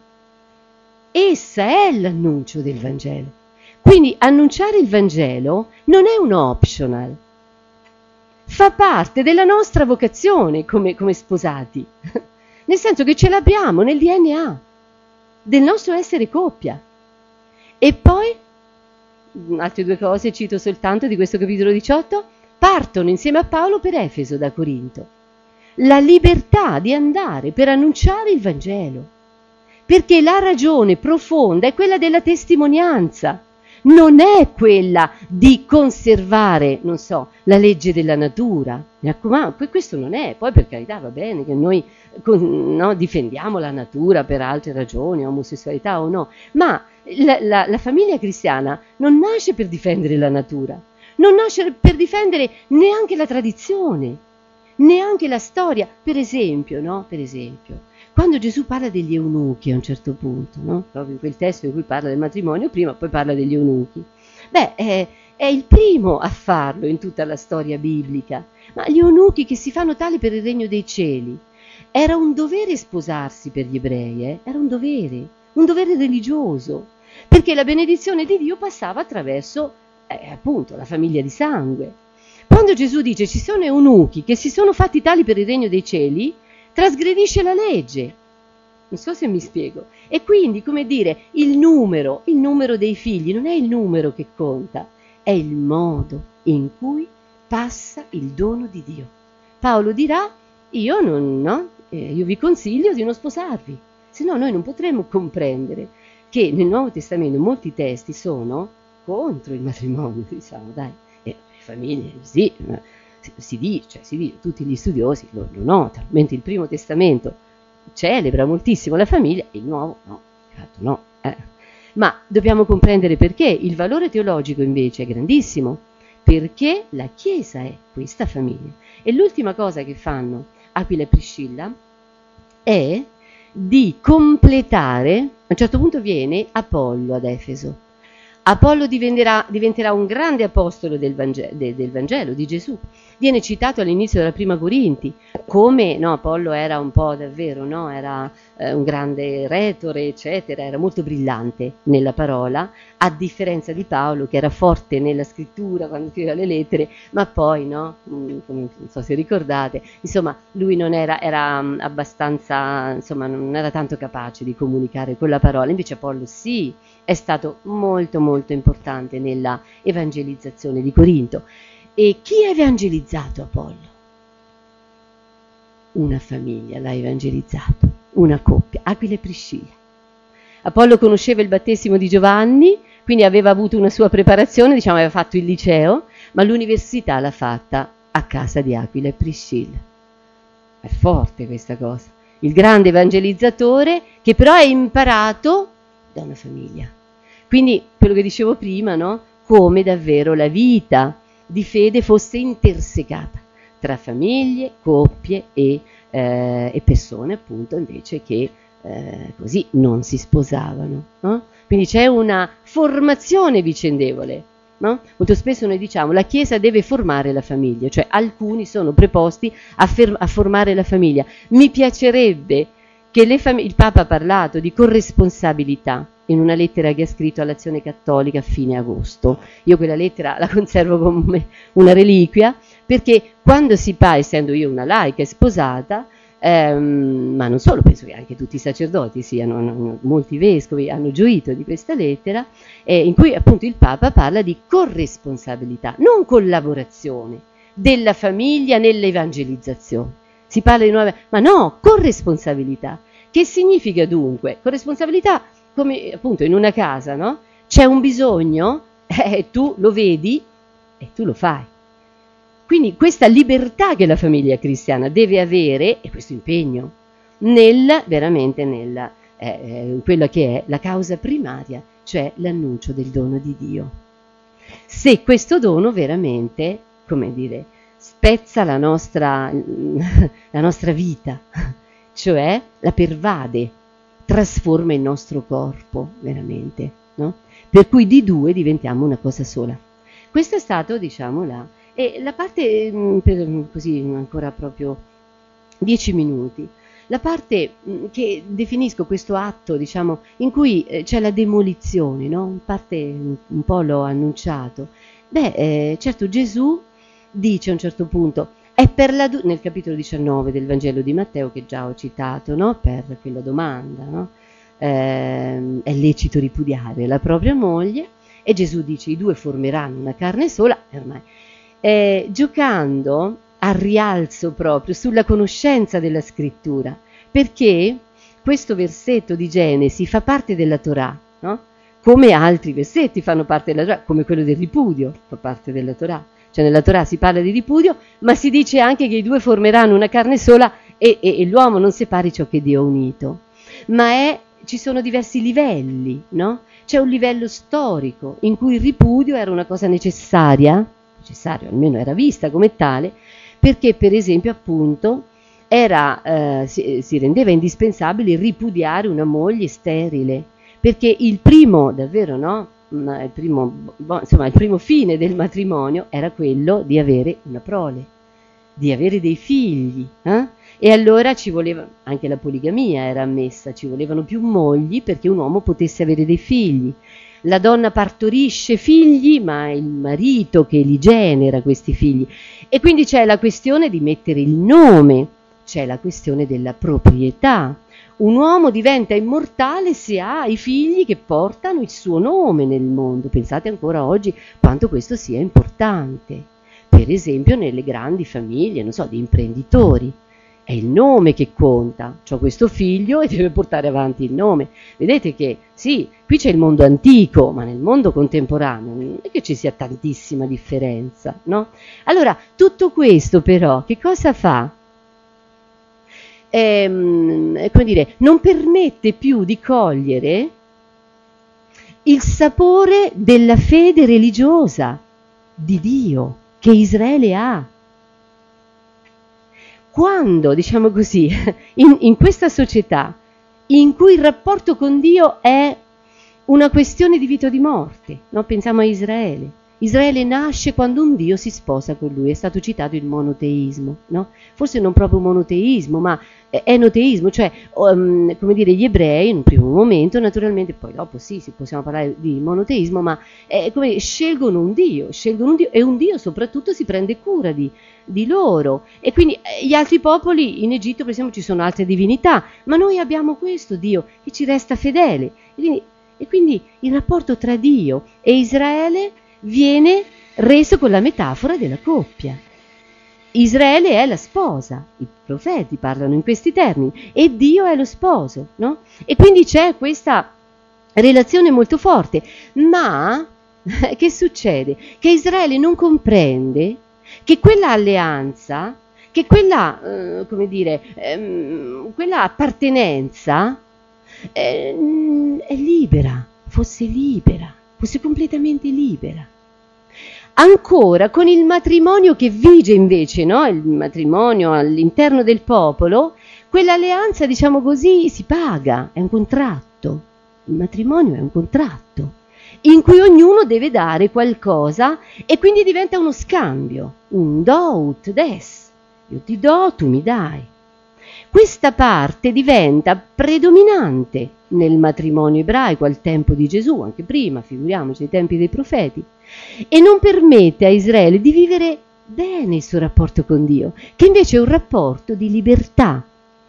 Essa è l'annuncio del Vangelo. Quindi annunciare il Vangelo non è un optional, fa parte della nostra vocazione come, come sposati, nel senso che ce l'abbiamo nel D N A del nostro essere coppia. E poi, altre due cose cito soltanto di questo capitolo diciotto, partono insieme a Paolo per Efeso da Corinto. La libertà di andare per annunciare il Vangelo, perché la ragione profonda è quella della testimonianza. Non è quella di conservare, non so, la legge della natura. Ma questo non è. Poi per carità va bene che noi no, difendiamo la natura per altre ragioni, omosessualità o no, ma la, la, la famiglia cristiana non nasce per difendere la natura, non nasce per difendere neanche la tradizione, neanche la storia. Per esempio, no? Per esempio, quando Gesù parla degli eunuchi a un certo punto, no? Proprio in quel testo in cui parla del matrimonio prima, poi parla degli eunuchi. Beh, è, è il primo a farlo in tutta la storia biblica. Ma gli eunuchi che si fanno tali per il regno dei cieli. Era un dovere sposarsi per gli ebrei, eh? Era un dovere, un dovere religioso, perché la benedizione di Dio passava attraverso, eh, appunto, la famiglia di sangue. Quando Gesù dice ci sono eunuchi che si sono fatti tali per il regno dei cieli, trasgredisce la legge. Non so se mi spiego. E quindi, come dire, il numero, il numero dei figli non è il numero che conta, è il modo in cui passa il dono di Dio. Paolo dirà, io non, no, eh, io vi consiglio di non sposarvi, se no noi non potremo comprendere che nel Nuovo Testamento molti testi sono contro il matrimonio, diciamo, dai, e le famiglie, sì, si dice, cioè, si dice, tutti gli studiosi lo, lo notano, mentre il Primo Testamento celebra moltissimo la famiglia, e il Nuovo no, no. Eh. Ma dobbiamo comprendere perché. Il valore teologico invece è grandissimo, perché la Chiesa è questa famiglia. E l'ultima cosa che fanno Aquila e Priscilla è di completare, a un certo punto viene Apollo ad Efeso. Apollo diventerà, diventerà un grande apostolo del Vangelo, de, del Vangelo di Gesù. Viene citato all'inizio della prima Corinti, come no, Apollo era un po' davvero, no? Era eh, un grande retore, eccetera, era molto brillante nella parola, a differenza di Paolo che era forte nella scrittura quando scriveva le lettere, ma poi, no, come, non so se ricordate, insomma, lui non era, era abbastanza, insomma, non era tanto capace di comunicare con la parola, invece Apollo sì, è stato molto molto importante nella evangelizzazione di Corinto. E chi ha evangelizzato Apollo? Una famiglia l'ha evangelizzato, una coppia, Aquila e Priscilla. Apollo conosceva il battesimo di Giovanni, quindi aveva avuto una sua preparazione, diciamo aveva fatto il liceo, ma l'università l'ha fatta a casa di Aquila e Priscilla. È forte questa cosa. Il grande evangelizzatore che però è imparato da una famiglia. Quindi quello che dicevo prima, no? Come davvero la vita di fede fosse intersecata tra famiglie, coppie e, eh, e persone appunto invece che eh, così non si sposavano, no? Quindi c'è una formazione vicendevole, no? Molto spesso noi diciamo la Chiesa deve formare la famiglia, cioè alcuni sono preposti a, fer- a formare la famiglia. Mi piacerebbe che le fam- il Papa ha parlato di corresponsabilità in una lettera che ha scritto all'Azione Cattolica a fine agosto. Io quella lettera la conservo come una reliquia, perché quando si parla, essendo io una laica e sposata, ehm, ma non solo, penso che anche tutti i sacerdoti siano, hanno, molti vescovi hanno gioito di questa lettera, eh, in cui appunto il Papa parla di corresponsabilità, non collaborazione della famiglia nell'evangelizzazione. Si parla di nuove, ma no, corresponsabilità. Che significa dunque? Corresponsabilità, come appunto in una casa, no? C'è un bisogno, eh, tu lo vedi e tu lo fai. Quindi questa libertà che la famiglia cristiana deve avere, e questo impegno, nel, veramente nella, eh, quella che è la causa primaria, cioè l'annuncio del dono di Dio. Se questo dono veramente, come dire, spezza la nostra, la nostra vita, cioè la pervade, trasforma il nostro corpo, veramente, no? Per cui di due diventiamo una cosa sola. Questo è stato, diciamo, la, e la parte, per, così ancora proprio dieci minuti, la parte che definisco questo atto, diciamo, in cui c'è la demolizione, no? In parte un po' l'ho annunciato. Beh, eh, certo Gesù dice a un certo punto, è per la nel capitolo diciannove del Vangelo di Matteo, che già ho citato, no? Per quella domanda, no? Eh, è lecito ripudiare la propria moglie, e Gesù dice i due formeranno una carne sola, ormai, eh, giocando al rialzo proprio sulla conoscenza della scrittura, perché questo versetto di Genesi fa parte della Torah, no? Come altri versetti fanno parte della Torah, come quello del ripudio fa parte della Torah. Cioè nella Torah si parla di ripudio, ma si dice anche che i due formeranno una carne sola e, e, e l'uomo non separi ciò che Dio ha unito. Ma è, ci sono diversi livelli, no? C'è un livello storico in cui il ripudio era una cosa necessaria, necessario, almeno era vista come tale, perché per esempio appunto era, eh, si, si rendeva indispensabile ripudiare una moglie sterile, perché il primo, davvero no? Il primo, insomma, il primo fine del matrimonio era quello di avere una prole, di avere dei figli, eh? E allora ci voleva, anche la poligamia era ammessa, ci volevano più mogli perché un uomo potesse avere dei figli. La donna partorisce figli, ma è il marito che li genera questi figli. E quindi c'è la questione di mettere il nome, c'è la questione della proprietà. Un uomo diventa immortale se ha i figli che portano il suo nome nel mondo. Pensate ancora oggi quanto questo sia importante. Per esempio nelle grandi famiglie, non so, di imprenditori. È il nome che conta. C'ho questo figlio e deve portare avanti il nome. Vedete che, sì, qui c'è il mondo antico, ma nel mondo contemporaneo non è che ci sia tantissima differenza, no? Allora, tutto questo però, che cosa fa? Ehm, come dire, non permette più di cogliere il sapore della fede religiosa di Dio che Israele ha. Quando, diciamo così, in, in questa società in cui il rapporto con Dio è una questione di vita o di morte, no? Pensiamo a Israele. Israele nasce quando un Dio si sposa con lui, è stato citato il monoteismo, no? Forse non proprio monoteismo, ma enoteismo, cioè um, come dire, gli ebrei in un primo momento, naturalmente, poi dopo sì, sì possiamo parlare di monoteismo, ma eh, come dire, scelgono un Dio, scelgono un Dio e un Dio soprattutto si prende cura di, di loro. E quindi eh, gli altri popoli, in Egitto per esempio ci sono altre divinità, ma noi abbiamo questo Dio che ci resta fedele. E quindi, e quindi il rapporto tra Dio e Israele viene reso con la metafora della coppia. Israele è la sposa, i profeti parlano in questi termini, e Dio è lo sposo, no? E quindi c'è questa relazione molto forte, ma che succede? Che Israele non comprende che quella alleanza, che quella, eh, come dire, ehm, quella appartenenza eh, è libera, fosse libera, fosse completamente libera. Ancora con il matrimonio che vige invece, no? Il matrimonio all'interno del popolo, quell'alleanza, diciamo così, si paga, è un contratto. Il matrimonio è un contratto in cui ognuno deve dare qualcosa e quindi diventa uno scambio, un do ut des. Io ti do, tu mi dai. Questa parte diventa predominante nel matrimonio ebraico al tempo di Gesù, anche prima, figuriamoci, ai tempi dei profeti, e non permette a Israele di vivere bene il suo rapporto con Dio, che invece è un rapporto di libertà,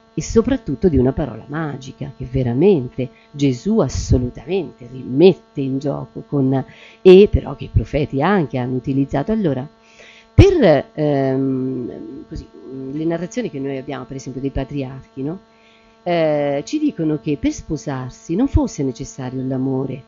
e soprattutto di una parola magica che veramente Gesù assolutamente rimette in gioco con, e però che i profeti anche hanno utilizzato. Allora, per ehm, così, le narrazioni che noi abbiamo, per esempio, dei patriarchi, no? eh, ci dicono che per sposarsi non fosse necessario l'amore,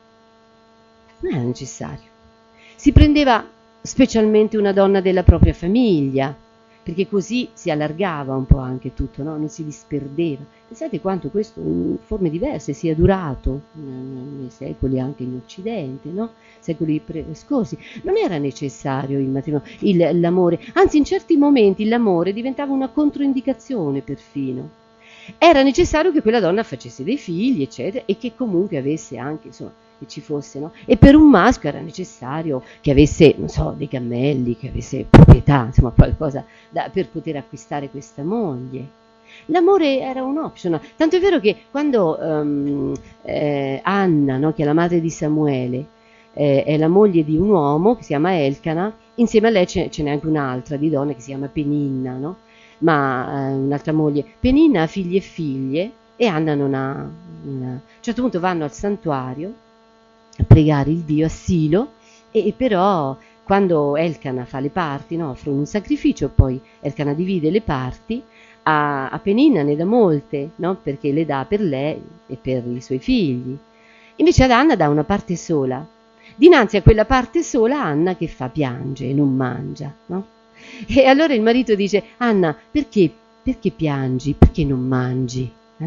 non era necessario. Si prendeva specialmente una donna della propria famiglia, perché così si allargava un po' anche tutto, no? Non si disperdeva. Pensate quanto questo in forme diverse sia durato nei secoli anche in Occidente, no? Secoli pre- scorsi. Non era necessario il matrimonio, il, l'amore, anzi in certi momenti l'amore diventava una controindicazione perfino. Era necessario che quella donna facesse dei figli, eccetera, e che comunque avesse anche, insomma, che ci fosse, no? E per un maschio era necessario che avesse, non so, dei cammelli, che avesse proprietà, insomma, qualcosa da, per poter acquistare questa moglie. L'amore era un optional, tanto è vero che quando um, eh, Anna, no, che è la madre di Samuele, eh, è la moglie di un uomo che si chiama Elcana, insieme a lei ce, ce n'è anche un'altra di donna che si chiama Peninna, no? Ma eh, un'altra moglie. Peninna ha figli e figlie e Anna non ha una. A un certo punto vanno al santuario a pregare il Dio a Silo e, e però quando Elcana fa le parti, no, offrono un sacrificio, poi Elcana divide le parti, a, a Peninna ne dà molte, no, perché le dà per lei e per i suoi figli. Invece ad Anna dà una parte sola. Dinanzi a quella parte sola Anna che fa? Piange e non mangia, no? E allora il marito dice: Anna, perché, perché piangi? Perché non mangi? Eh?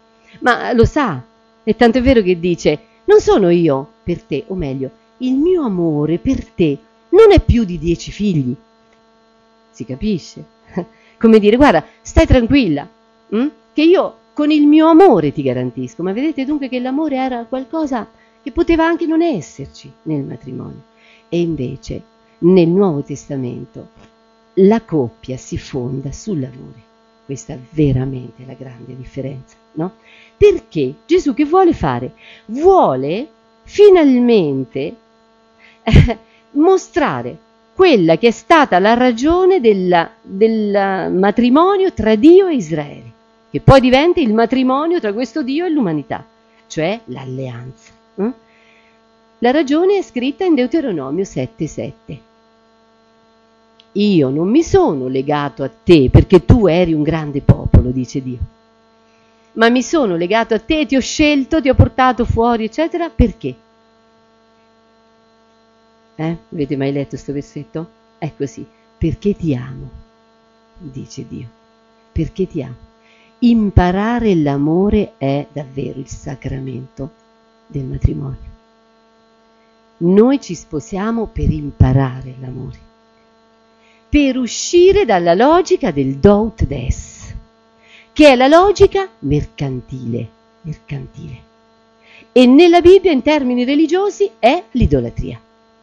Ma lo sa, e tanto è vero che dice: non sono io per te, o meglio, il mio amore per te non è più di dieci figli. Si capisce? Come dire, guarda, stai tranquilla, hm? Che io con il mio amore ti garantisco. Ma vedete dunque che l'amore era qualcosa che poteva anche non esserci nel matrimonio. E invece nel Nuovo Testamento la coppia si fonda sull'amore. Questa è veramente la grande differenza, no? Perché Gesù che vuole fare? Vuole finalmente eh, mostrare quella che è stata la ragione della, del matrimonio tra Dio e Israele, che poi diventa il matrimonio tra questo Dio e l'umanità, cioè l'alleanza. Eh? La ragione è scritta in Deuteronomio sette sette. Io non mi sono legato a te perché tu eri un grande popolo, dice Dio, ma mi sono legato a te, ti ho scelto, ti ho portato fuori, eccetera, perché? Eh? Avete mai letto questo versetto? È così, perché ti amo, dice Dio, perché ti amo. Imparare l'amore è davvero il sacramento del matrimonio. Noi ci sposiamo per imparare l'amore, per uscire dalla logica del do ut des, che è la logica mercantile, mercantile. E nella Bibbia, in termini religiosi, è l'idolatria.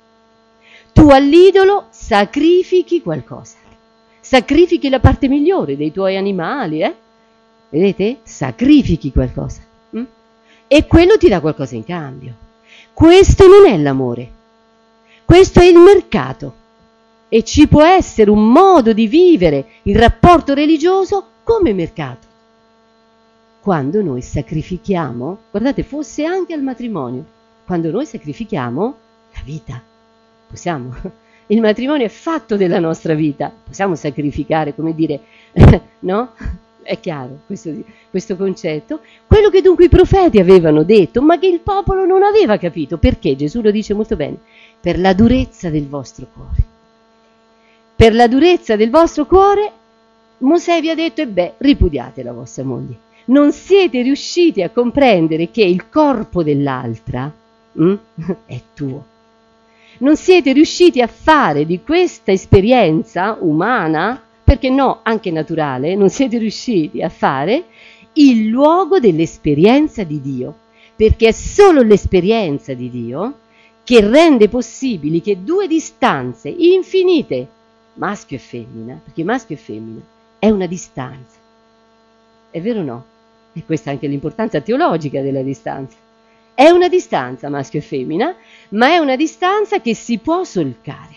Tu all'idolo sacrifichi qualcosa, sacrifichi la parte migliore dei tuoi animali, eh? Vedete? Sacrifichi qualcosa. Hm? E quello ti dà qualcosa in cambio. Questo non è l'amore, questo è il mercato. E ci può essere un modo di vivere il rapporto religioso come mercato. Quando noi sacrifichiamo, guardate, fosse anche al matrimonio, quando noi sacrifichiamo la vita, possiamo, il matrimonio è fatto della nostra vita, possiamo sacrificare, come dire, no? È chiaro questo, questo concetto. Quello che dunque i profeti avevano detto, ma che il popolo non aveva capito. Perché? Gesù lo dice molto bene. Per la durezza del vostro cuore. Per la durezza del vostro cuore, Mosè vi ha detto, e beh, ripudiate la vostra moglie. Non siete riusciti a comprendere che il corpo dell'altra hm, è tuo. Non siete riusciti a fare di questa esperienza umana, perché no, anche naturale, non siete riusciti a fare il luogo dell'esperienza di Dio, perché è solo l'esperienza di Dio che rende possibili che due distanze infinite, maschio e femmina, perché maschio e femmina è una distanza, è vero o no? E questa è anche l'importanza teologica della distanza. È una distanza maschio e femmina, ma è una distanza che si può solcare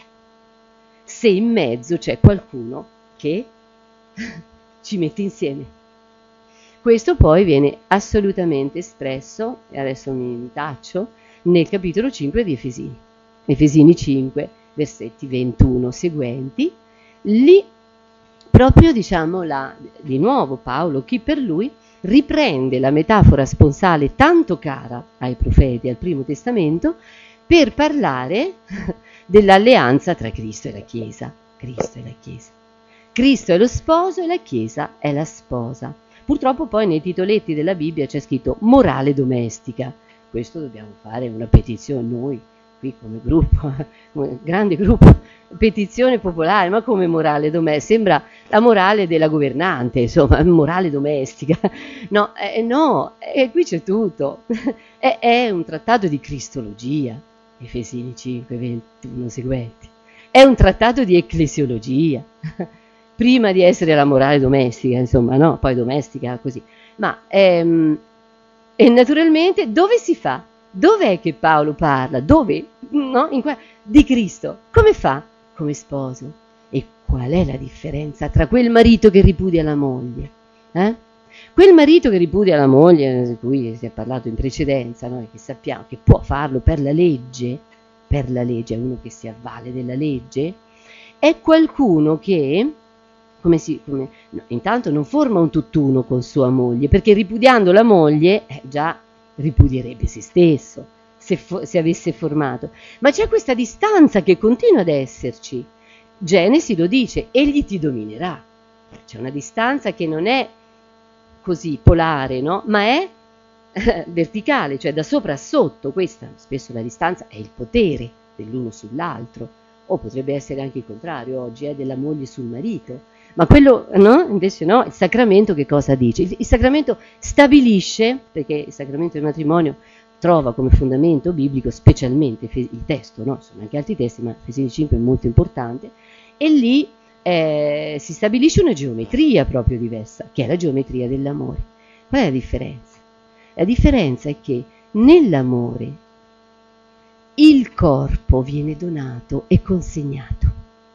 se in mezzo c'è qualcuno che ci mette insieme. Questo poi viene assolutamente espresso, e adesso mi taccio, nel capitolo cinque di Efesini. Efesini cinque, versetti ventuno seguenti. Lì proprio, diciamo, la, di nuovo Paolo, chi per lui, riprende la metafora sponsale tanto cara ai profeti, al Primo Testamento, per parlare dell'alleanza tra Cristo e la Chiesa. Cristo e la Chiesa. Cristo è lo sposo e la Chiesa è la sposa. Purtroppo poi nei titoletti della Bibbia c'è scritto morale domestica. Questo dobbiamo fare una petizione noi, qui come gruppo, come grande gruppo, petizione popolare, ma come morale domestica? Sembra la morale della governante, insomma, morale domestica. No, eh, no, eh, qui c'è tutto. è, è un trattato di cristologia, Efesini cinque, ventuno seguenti. È un trattato di ecclesiologia, prima di essere la morale domestica, insomma, no? Poi domestica così. Ma, ehm, e naturalmente, dove si fa? Dov'è che Paolo parla? Dove? No? In qua, di Cristo. Come fa? Come sposo. E qual è la differenza tra quel marito che ripudia la moglie? Eh? Quel marito che ripudia la moglie, di cui si è parlato in precedenza, no? E che sappiamo che può farlo per la legge, per la legge, è uno che si avvale della legge, è qualcuno che, come si, come, no, intanto non forma un tutt'uno con sua moglie, perché ripudiando la moglie, eh, già ripudierebbe se stesso, se, fo- se avesse formato. Ma c'è questa distanza che continua ad esserci. Genesi lo dice, egli ti dominerà. C'è una distanza che non è così polare, no? Ma è eh, verticale, cioè da sopra a sotto. Questa spesso la distanza è il potere dell'uno sull'altro, o potrebbe essere anche il contrario, oggi è della moglie sul marito. Ma quello, no? Invece no, il sacramento che cosa dice? Il, il sacramento stabilisce, perché il sacramento del matrimonio trova come fondamento biblico specialmente il testo, no? Sono anche altri testi, ma Efesini cinque è molto importante, e lì eh, si stabilisce una geometria proprio diversa, che è la geometria dell'amore. Qual è la differenza? La differenza è che nell'amore il corpo viene donato e consegnato.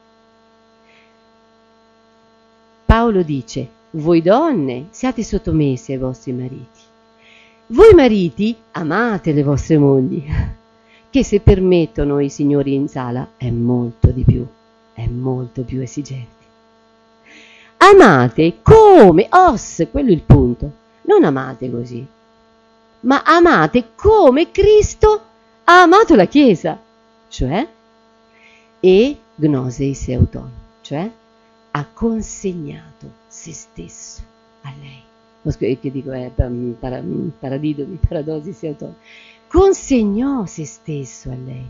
Paolo dice, voi donne siate sottomesse ai vostri mariti. Voi mariti amate le vostre mogli, che se permettono i signori in sala è molto di più, è molto più esigente. Amate come os, quello è il punto, non amate così, ma amate come Cristo ha amato la Chiesa, cioè e gnoseis euton, cioè ha consegnato se stesso a lei. Che dico è para, paradidomi, paradosi sia autonoma. Consegnò se stesso a lei.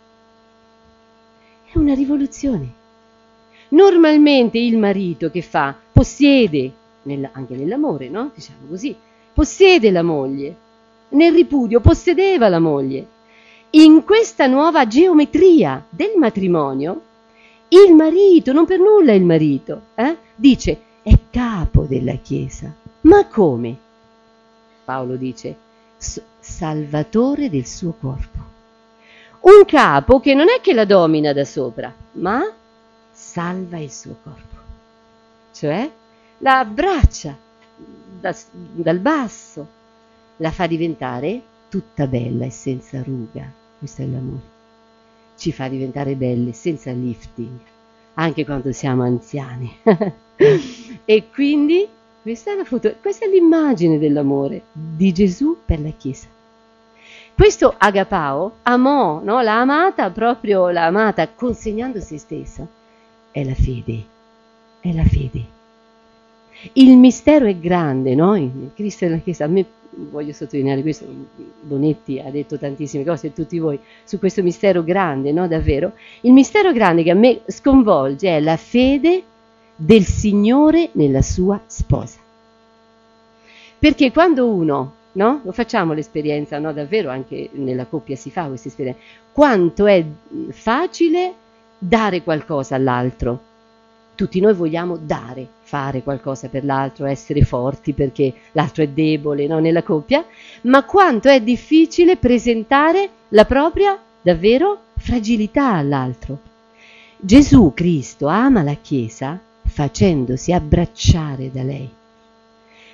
È una rivoluzione. Normalmente il marito che fa? Possiede, nel, anche nell'amore, no? Diciamo così, possiede la moglie. Nel ripudio possedeva la moglie. In questa nuova geometria del matrimonio, il marito, non per nulla il marito, eh, dice, è capo della Chiesa. Ma come? Paolo dice, salvatore del suo corpo. Un capo che non è che la domina da sopra, ma salva il suo corpo. Cioè, la abbraccia da, dal basso, la fa diventare tutta bella e senza ruga. Questo è l'amore. Ci fa diventare belle senza lifting, anche quando siamo anziani. E quindi questa è, la foto, questa è l'immagine dell'amore di Gesù per la Chiesa. Questo agapao amò, no? L'ha amata proprio, l'ha amata consegnando se stessa. È la fede, è la fede. Il mistero è grande, no? In Cristo e nella Chiesa. A me voglio sottolineare questo, Bonetti ha detto tantissime cose, e tutti voi, su questo mistero grande, no? Davvero. Il mistero grande che a me sconvolge è la fede del Signore nella sua sposa. Perché quando uno, no? Lo facciamo l'esperienza, no? Davvero anche nella coppia si fa questa esperienza. Quanto è facile dare qualcosa all'altro. Tutti noi vogliamo dare, fare qualcosa per l'altro, essere forti perché l'altro è debole, no? Nella coppia, ma quanto è difficile presentare la propria, davvero, fragilità all'altro. Gesù Cristo ama la Chiesa facendosi abbracciare da lei.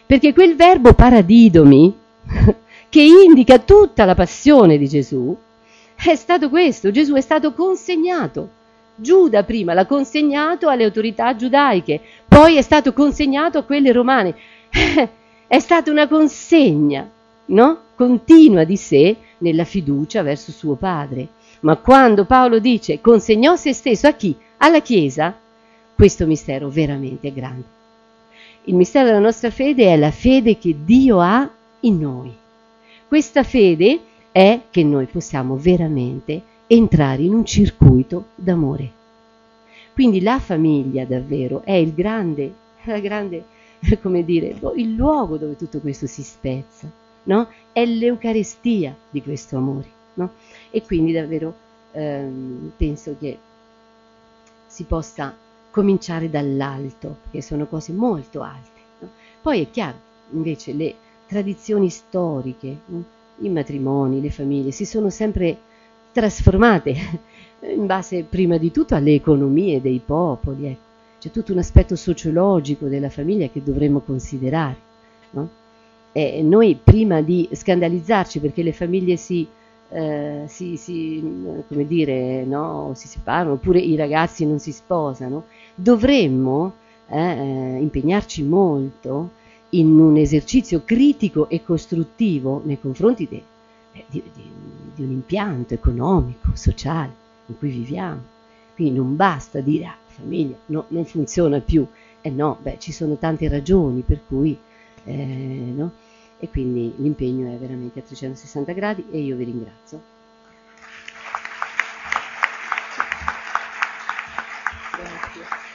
perché quel verbo paradidomi, che indica tutta la passione di Gesù, è stato questo: Gesù è stato consegnato. Giuda prima l'ha consegnato alle autorità giudaiche, poi è stato consegnato a quelle romane. È stata una consegna, no? Continua di sé nella fiducia verso suo Padre. Ma quando Paolo dice consegnò se stesso a chi? Alla Chiesa, questo mistero veramente è grande. Il mistero della nostra fede è la fede che Dio ha in noi. Questa fede è che noi possiamo veramente entrare in un circuito d'amore. Quindi la famiglia davvero è il grande, la grande, come dire, il luogo dove tutto questo si spezza, no? È l'Eucaristia di questo amore, no? E quindi davvero ehm, penso che si possa cominciare dall'alto, perché sono cose molto alte, no? Poi è chiaro, invece, le tradizioni storiche, no? I matrimoni, le famiglie si sono sempre trasformate in base prima di tutto alle economie dei popoli, ecco. C'è tutto un aspetto sociologico della famiglia che dovremmo considerare, no? E noi prima di scandalizzarci perché le famiglie si, eh, si, si come dire, no, si separano, oppure i ragazzi non si sposano, dovremmo eh, impegnarci molto in un esercizio critico e costruttivo nei confronti de, eh, di, di, di un impianto economico, sociale in cui viviamo. Quindi non basta dire ah, la famiglia no, non funziona più, eh no, beh, ci sono tante ragioni per cui, eh, no? E quindi l'impegno è veramente a trecentosessanta gradi e io vi ringrazio. Grazie.